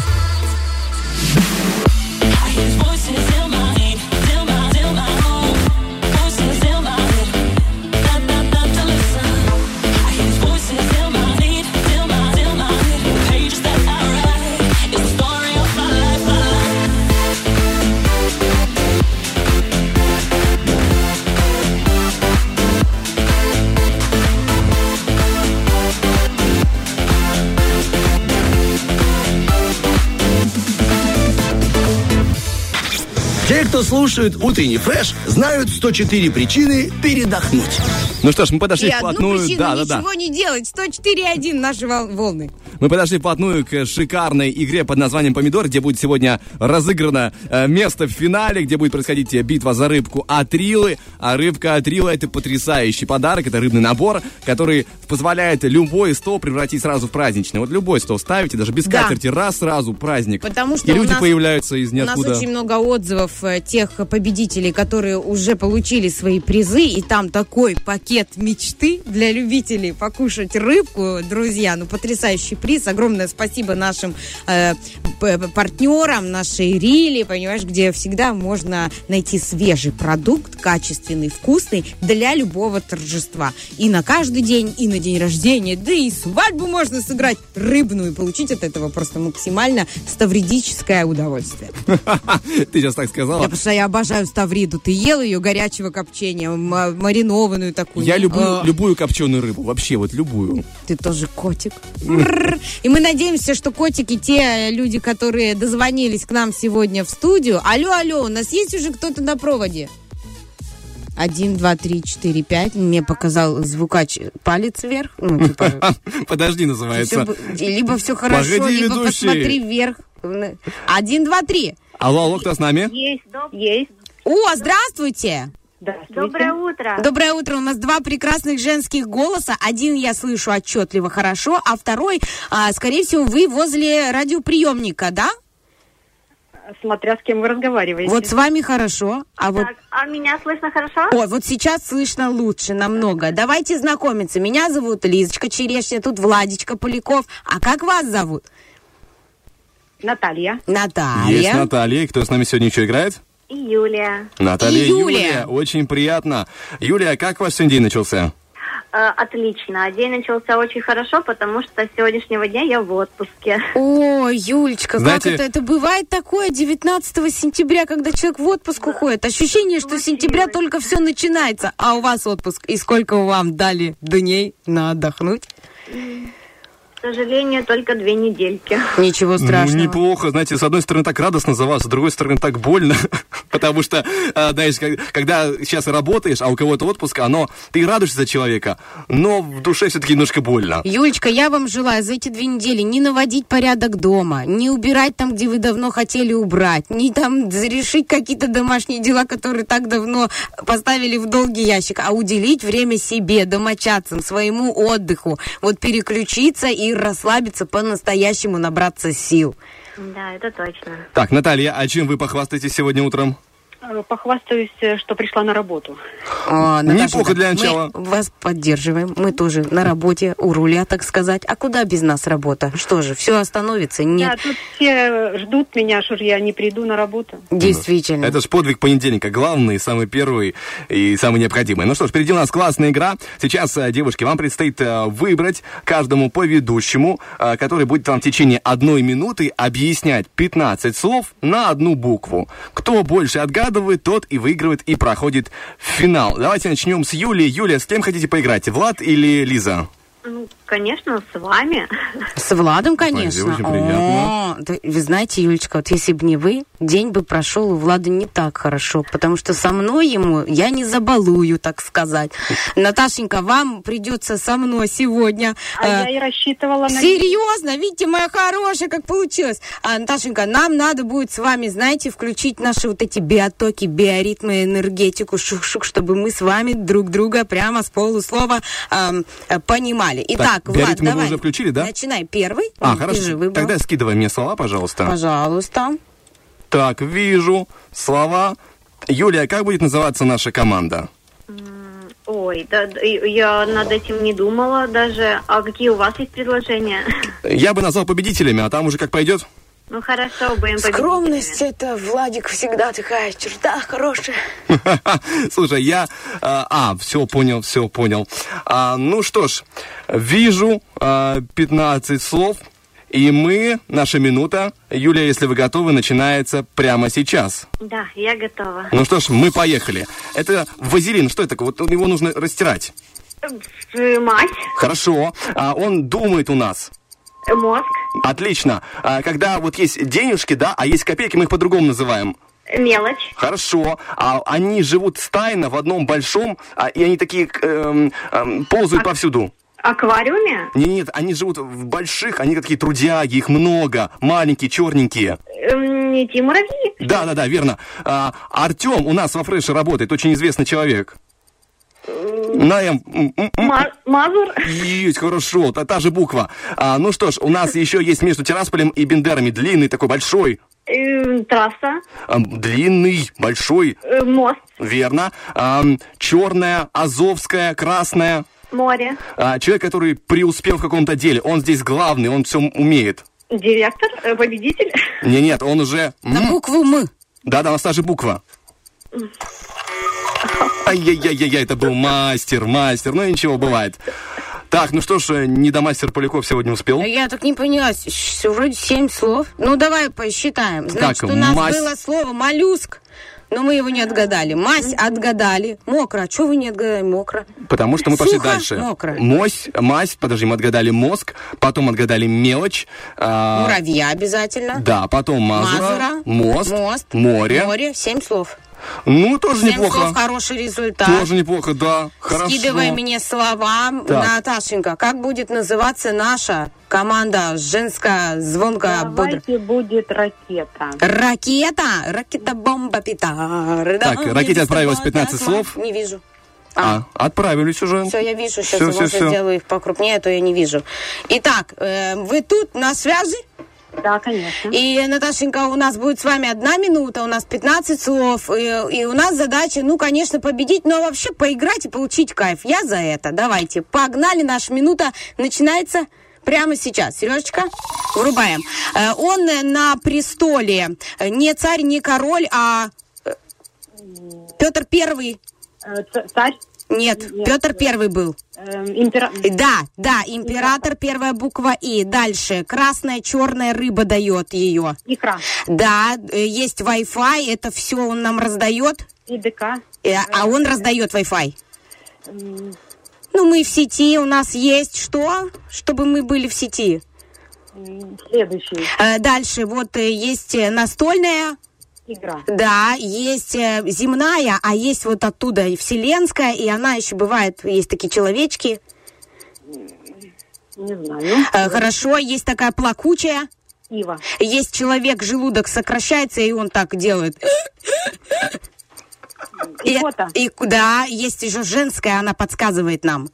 I hear these voices in my head. Voices in my head. Not to listen. I hear these voices in my head. The pages that I write is the story of my life. Те, кто слушает утренний фреш, знают 104 причины передохнуть. Ну что ж, мы подошли И вплотную. одну причину ничего не делать. 104.1 наши волны. Мы подошли вплотную к шикарной игре под названием «Помидор», где будет сегодня разыграно место в финале, где будет происходить битва за рыбку Атрилы. А рыбка Атрила — это потрясающий подарок, это рыбный набор, который позволяет любой стол превратить сразу в праздничный. Вот любой стол ставите, даже без скатерти, раз сразу праздник. Потому что и люди появляются из ниоткуда. У нас очень много отзывов тех победителей, которые уже получили свои призы, и там такой пакет мечты для любителей покушать рыбку, друзья. Ну, потрясающий приз. Огромное спасибо нашим партнерам, нашей Рили, понимаешь, где всегда можно найти свежий продукт, качественный, вкусный для любого торжества. И на каждый день, и на день рождения, да и свадьбу можно сыграть рыбную и получить от этого просто максимально ставридическое удовольствие. Ты сейчас так сказала. Потому что я обожаю ставриду. Ты ел ее горячего копчения, маринованную такую? Я люблю любую копченую рыбу, вообще вот любую. Ты тоже котик. И мы надеемся, что котики, те люди, которые дозвонились к нам сегодня в студию. Алло, у нас есть уже кто-то на проводе? 1, 2, 3, 4, 5. Мне показал звукач палец вверх. Ну, типа, подожди, называется. Либо все хорошо, Погоди, либо ведущий. посмотри вверх. 1, 2, 3. Алло, кто с нами? Есть. О, здравствуйте. Доброе утро. Доброе утро. У нас 2 прекрасных женских голоса. Один я слышу отчетливо хорошо, а второй, скорее всего, вы возле радиоприемника, да? Смотря с кем вы разговариваете. Вот с вами хорошо. Так, а меня слышно хорошо? О, вот сейчас слышно лучше намного. Давайте знакомиться. Меня зовут Лизочка Черешня, тут Владичка Поляков. А как вас зовут? Наталья. Есть Наталья. И кто с нами сегодня еще играет? И Юлия. Наталья, Юлия. Очень приятно. Юлия, как ваш сегодня день начался? Отлично. День начался очень хорошо, потому что с сегодняшнего дня я в отпуске. О, Юлечка, знаете, как это бывает такое 19 сентября, когда человек в отпуск уходит? Ощущение, что с сентября только все начинается, а у вас отпуск. И сколько вам дали дней на отдохнуть? К сожалению, только 2 недельки. Ничего страшного. Ну, неплохо. Знаете, с одной стороны так радостно за вас, с другой стороны так больно. Потому что, знаешь, когда сейчас работаешь, а у кого-то отпуск, ты радуешься за человека, но в душе все-таки немножко больно. Юлечка, я вам желаю за эти 2 недели не наводить порядок дома, не убирать там, где вы давно хотели убрать, не там решить какие-то домашние дела, которые так давно поставили в долгий ящик, а уделить время себе, домочадцам, своему отдыху. Вот переключиться и расслабиться по-настоящему, набраться сил. Да, это точно. Так, Наталья, а чем вы похвастаетесь сегодня утром? Похвастаюсь, что пришла на работу. Неплохо для начала. Мы вас поддерживаем. Мы тоже на работе, у руля, так сказать. А куда без нас работа? Что же, все остановится? Нет. Да, тут все ждут меня, что же я не приду на работу. Действительно. Это ж подвиг понедельника. Главный, самый первый и самый необходимый. Ну что ж, впереди у нас классная игра. Сейчас, девушки, вам предстоит выбрать каждому по ведущему, который будет вам в течение 1 минуты объяснять 15 слов на 1 букву. Кто больше отгадывает, тот и выигрывает, и проходит в финал. Давайте начнем с Юлии. Юлия, с кем хотите поиграть? Влад или Лиза? Ну, конечно, с вами. С Владом, конечно. Очень приятно. Да, вы знаете, Юлечка, вот если бы не вы, день бы прошел у Влада не так хорошо, потому что со мной ему я не забалую, так сказать. Наташенька, вам придется со мной сегодня. Я и рассчитывала на... Серьезно? Видите, моя хорошая, как получилось. Наташенька, нам надо будет с вами, знаете, включить наши вот эти биотоки, биоритмы, энергетику, шук-шук, чтобы мы с вами друг друга прямо с полуслова понимали. Итак, Влад, мы давай. уже включили, да? Начинай первый. Хорошо. Тогда скидывай мне слова, пожалуйста. Пожалуйста. Так, вижу слова. Юлия, как будет называться наша команда? Ой, да, я над этим не думала даже. А какие у вас есть предложения? Я бы назвал победителями, а там уже как пойдет. Ну, хорошо, будем победителями. Скромность — это, Владик, всегда такая черта хорошая. Слушай, я... все понял. Ну что ж, вижу 15 слов, и наша минута, Юлия, если вы готовы, начинается прямо сейчас. Да, я готова. Ну что ж, мы поехали. Это вазелин, что это такое? Вот его нужно растирать. Мать. Хорошо. Он думает у нас. Мозг. Отлично. Когда вот есть денежки, да, а есть копейки, мы их по-другому называем. Мелочь. Хорошо. Они живут стайно в одном большом, и они такие ползают повсюду. Аквариуме? Нет, они живут в больших, они такие трудяги, их много, маленькие, черненькие. Эти муравьи? Да, верно. Артем у нас во Фреше работает, очень известный человек. Мазур? Есть, хорошо, та же буква. Ну что ж, у нас еще есть между Тирасполем и Бендерами длинный такой большой. Трасса. Длинный, большой. Мост. Верно. Черная, азовская, красная. Море. Человек, который преуспел в каком-то деле, он здесь главный, он все умеет. Директор? Победитель? Нет, он уже... На букву «М». Да, у нас та же буква. Ай-яй-яй-яй, это был мастер, ну ничего, бывает. Так, ну что ж, недомастер Поляков сегодня успел. Я так не поняла, вроде 7 слов. Ну, давай посчитаем. Значит, так, у нас было слово «моллюск», но мы его не отгадали. Мазь отгадали. Мокро. Чего вы не отгадали мокро? Потому что мы пошли дальше. Мокро. Мазь, мы отгадали мозг, потом отгадали мелочь. Муравья обязательно. Да, потом Мазура. Мост. Море. 7 слов. Ну, тоже 7 неплохо. слов, хороший результат. Тоже неплохо, да. Хорошо. Скидывай мне слова. Так. Наташенька, как будет называться наша команда женская, звонкая, бодрая? Давайте будет ракета. Ракета, бомба, петарда. Так, ракете отправилось 15 слов. Не вижу. Отправились уже. Все, я вижу. Сейчас я сделаю их покрупнее, а то я не вижу. Итак, вы тут на связи? Да, конечно. И, Наташенька, у нас будет с вами 1 минута, у нас 15 слов, и у нас задача, конечно, победить, но вообще поиграть и получить кайф. Я за это. Давайте, погнали, наша минута начинается прямо сейчас. Сережечка, врубаем. Он на престоле не царь, не король, а Петр Первый. Царь? Нет, Петр Первый был. Да, император, первая буква И. Дальше, красная, черная рыба дает ее. Икра. Да, есть Wi-Fi, это все он нам раздает. ИДК. А он раздает Wi-Fi. Ну, мы в сети, у нас есть что? Чтобы мы были в сети. Следующий. Дальше, вот есть настольная. Игра. Да, есть земная, а есть вот оттуда и вселенская, и она еще бывает, есть такие человечки. Не знаю. Хорошо, есть такая плакучая. Ива. Есть человек, желудок сокращается, и он так делает. Икота. Да, есть еще женская, она подсказывает нам.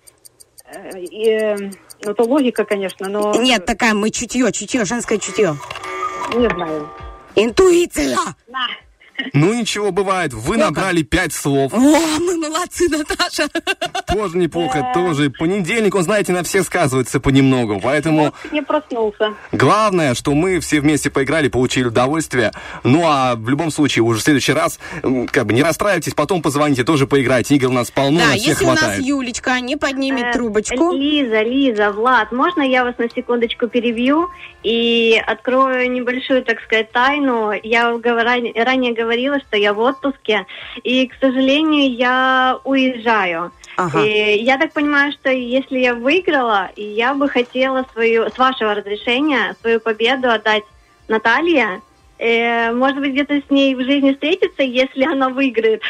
Ну, то логика, конечно, но... Нет, такая, мы чутье, женское чутье. Не знаю. Интуиция! Ну, ничего, бывает. Вы набрали 5 слов. О, мы молодцы, Наташа. Тоже неплохо, тоже. Понедельник, он, знаете, на всех сказывается понемногу, поэтому... Не проснулся. Главное, что мы все вместе поиграли, получили удовольствие. Ну, а в любом случае, уже в следующий раз, не расстраивайтесь, потом позвоните, тоже поиграйте. Игр у нас полно, на всех хватает. Да, если у нас Юлечка не поднимет трубочку... Лиза, Влад, можно я вас на секундочку перебью и открою небольшую, так сказать, тайну? Я ранее говорила, что я в отпуске, и, к сожалению, я уезжаю. Ага. И я так понимаю, что если я выиграла, я бы хотела с вашего разрешения, свою победу отдать Наталье. Может быть, где-то с ней в жизни встретиться, если она выиграет.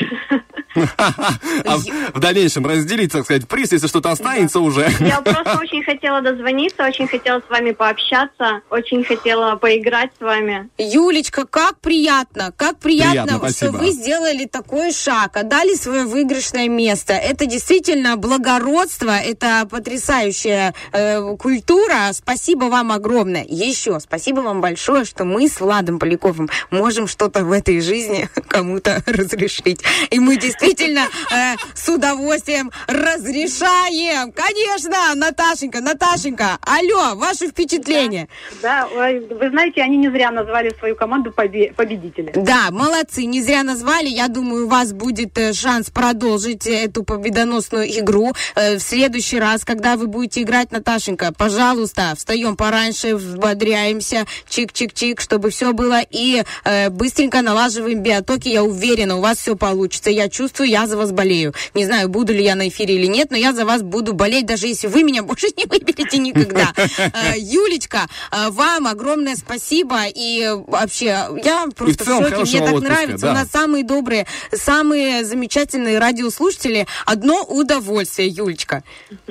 А в дальнейшем разделить, так сказать, приз, если что-то останется уже. Я просто очень хотела дозвониться, очень хотела с вами пообщаться, очень хотела поиграть с вами. Юлечка, как приятно, что вы сделали такой шаг, отдали свое выигрышное место. Это действительно благородство, это потрясающая культура. Спасибо вам огромное. Еще спасибо вам большое, что мы с Владом Поляковым можем что-то в этой жизни кому-то разрешить. И мы действительно с удовольствием разрешаем. Конечно, Наташенька, алло, ваши впечатления? Да, вы знаете, они не зря назвали свою команду победителем. Да, молодцы, не зря назвали. Я думаю, у вас будет шанс продолжить эту победоносную игру. В следующий раз, когда вы будете играть, Наташенька, пожалуйста, встаем пораньше, взбодряемся, чик-чик-чик, чтобы все было, и быстренько налаживаем биотоки. Я уверена, у вас все получится. Я чувствую, я за вас болею. Не знаю, буду ли я на эфире или нет, но я за вас буду болеть, даже если вы меня больше не выберете никогда. Юлечка, вам огромное спасибо. И вообще, я просто в шоке. Мне так нравится. Да. У нас самые добрые, самые замечательные радиослушатели. Одно удовольствие, Юлечка.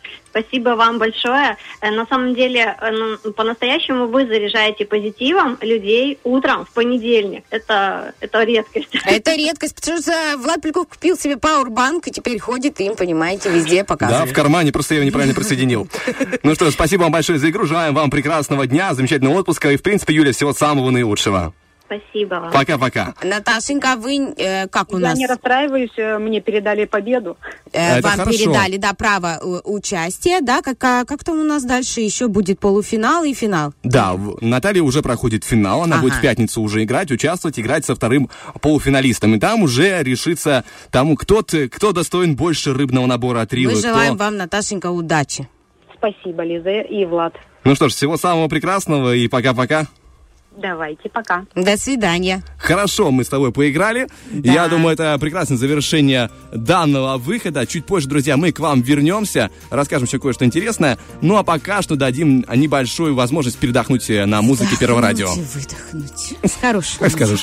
Спасибо вам большое. На самом деле, по-настоящему вы заряжаете позитивом людей утром в понедельник. Это редкость. Это редкость, потому что Влад Поляков купил себе пауэрбанк и теперь ходит им, понимаете, везде показывает. Да, в кармане, просто я его неправильно присоединил. Ну что, спасибо вам большое за игру. Желаем вам прекрасного дня, замечательного отпуска и, в принципе, Юля, всего самого наилучшего. Спасибо вам. Пока-пока. Наташенька, вы как у нас? Я не расстраиваюсь, мне передали победу. Вам хорошо. Передали, да, право участия, да? Как там у нас дальше еще будет полуфинал и финал? Да, Наталья уже проходит финал, она будет в пятницу уже играть со вторым полуфиналистом. И там уже решится тому, кто достоин больше рыбного набора от Ривы. Мы желаем вам, Наташенька, удачи. Спасибо, Лиза и Влад. Ну что ж, всего самого прекрасного и пока-пока. Давайте, пока. До свидания. Хорошо, мы с тобой поиграли. Да. Я думаю, это прекрасное завершение данного выхода. Чуть позже, друзья, мы к вам вернемся, расскажем еще кое-что интересное. Ну, а пока что дадим небольшую возможность передохнуть на музыке Первого радио. Выдохнуть. Хорошо. Как скажешь.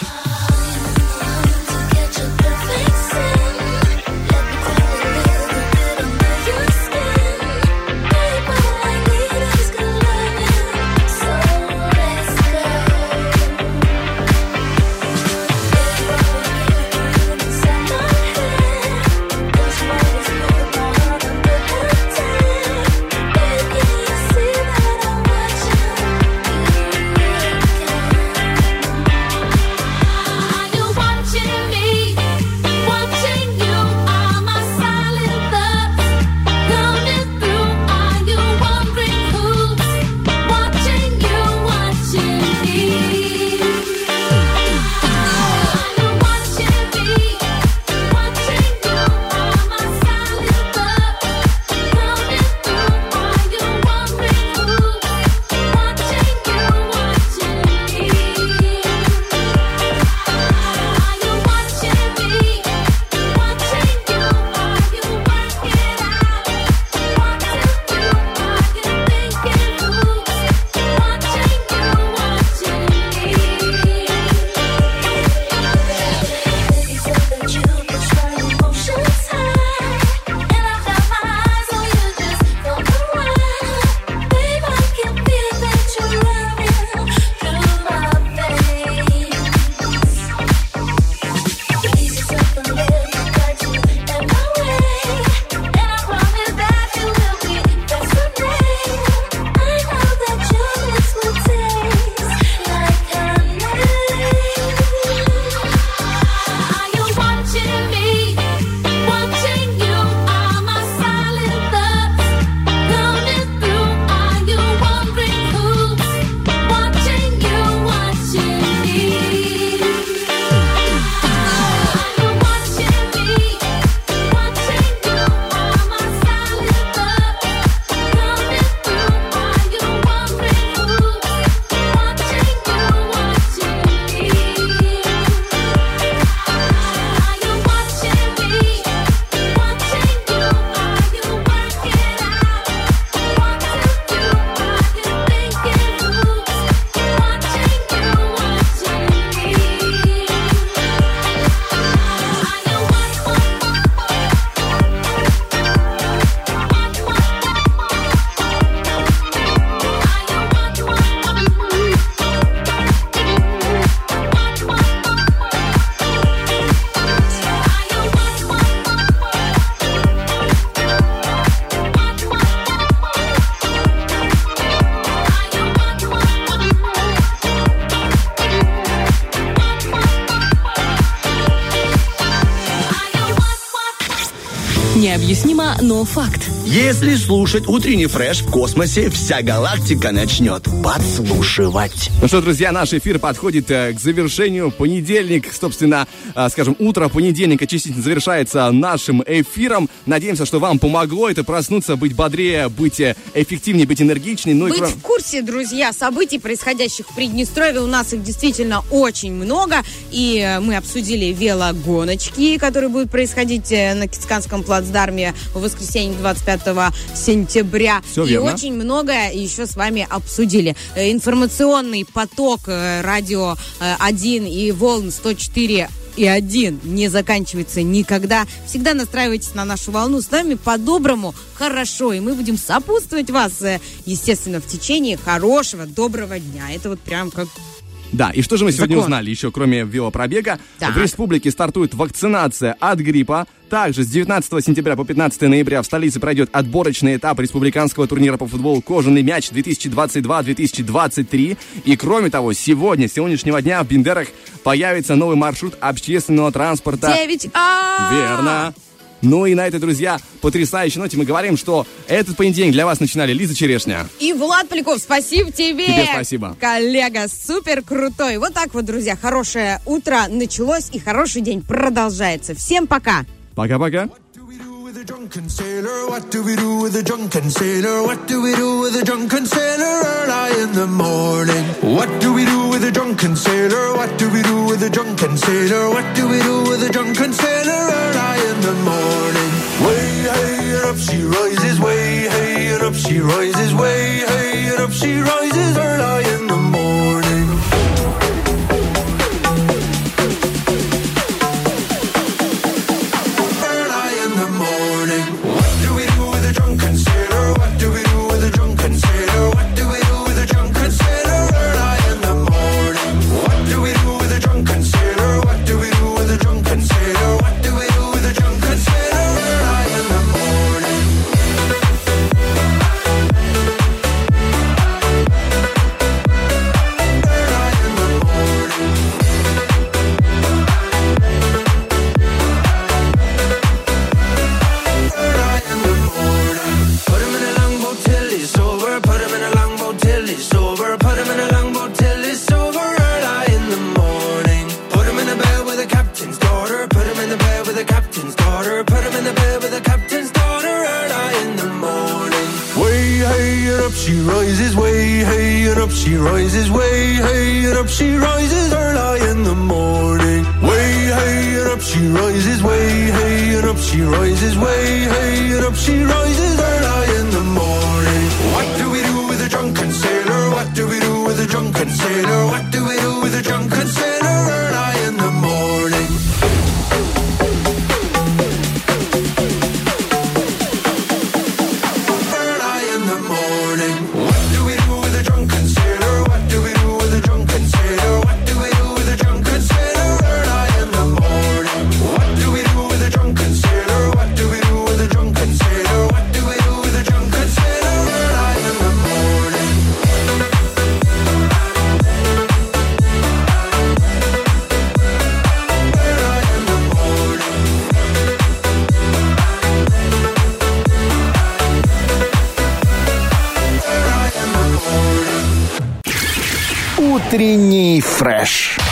Необъяснимо, но факт. Если слушать утренний фреш, в космосе вся галактика начнет подслушивать. Ну что, друзья, наш эфир подходит к завершению. Понедельник, собственно, скажем, утро понедельника частично завершается нашим эфиром. Надеемся, что вам помогло это проснуться, быть бодрее, быть эффективнее, быть энергичнее. Ну, быть в курсе, друзья, событий, происходящих в Приднестровье. У нас их действительно очень много. И мы обсудили велогоночки, которые будут происходить на Кицканском плацдарме в воскресенье 25 сентября. Все и верно. очень многое еще с вами обсудили. Информационный поток радио 1 и волн 104 и один не заканчивается никогда. Всегда настраивайтесь на нашу волну. С нами по-доброму хорошо. И мы будем сопутствовать вас, естественно, в течение хорошего, доброго дня. Это вот прям как... Да, и что же мы сегодня узнали, еще кроме велопробега? Так. В республике стартует вакцинация от гриппа. Также с 19 сентября по 15 ноября в столице пройдет отборочный этап республиканского турнира по футболу «Кожаный мяч» 2022-2023. И кроме того, сегодняшнего дня в Бендерах появится новый маршрут общественного транспорта. 9А! Верно. Ну и на этой, друзья, потрясающей ноте мы говорим, что этот понедельник для вас начинали Лиза Черешня. И Влад Поляков, спасибо тебе. Тебе спасибо. Коллега, супер крутой. Вот так вот, друзья, хорошее утро началось и хороший день продолжается. Всем пока. Пока-пока. Drunken sailor, what do we do with a drunken sailor? What do we do with a drunken sailor early in the morning? What do we do with a drunken sailor? What do we do with a drunken sailor? What do we do with a drunken sailor early in the morning? Way hey and up she rises, way hey and up she rises, way hey and up she rises early in the morning. She rises way hey and up she rises way hey and up she rises early in the morning. Way hey and up she rises way hey and up she rises way hey and up she rises early in the morning. What do we do with a drunken sailor? What do we do with a drunken sailor? What do we do with a drunken sailor early in the morning? Утренний фреш.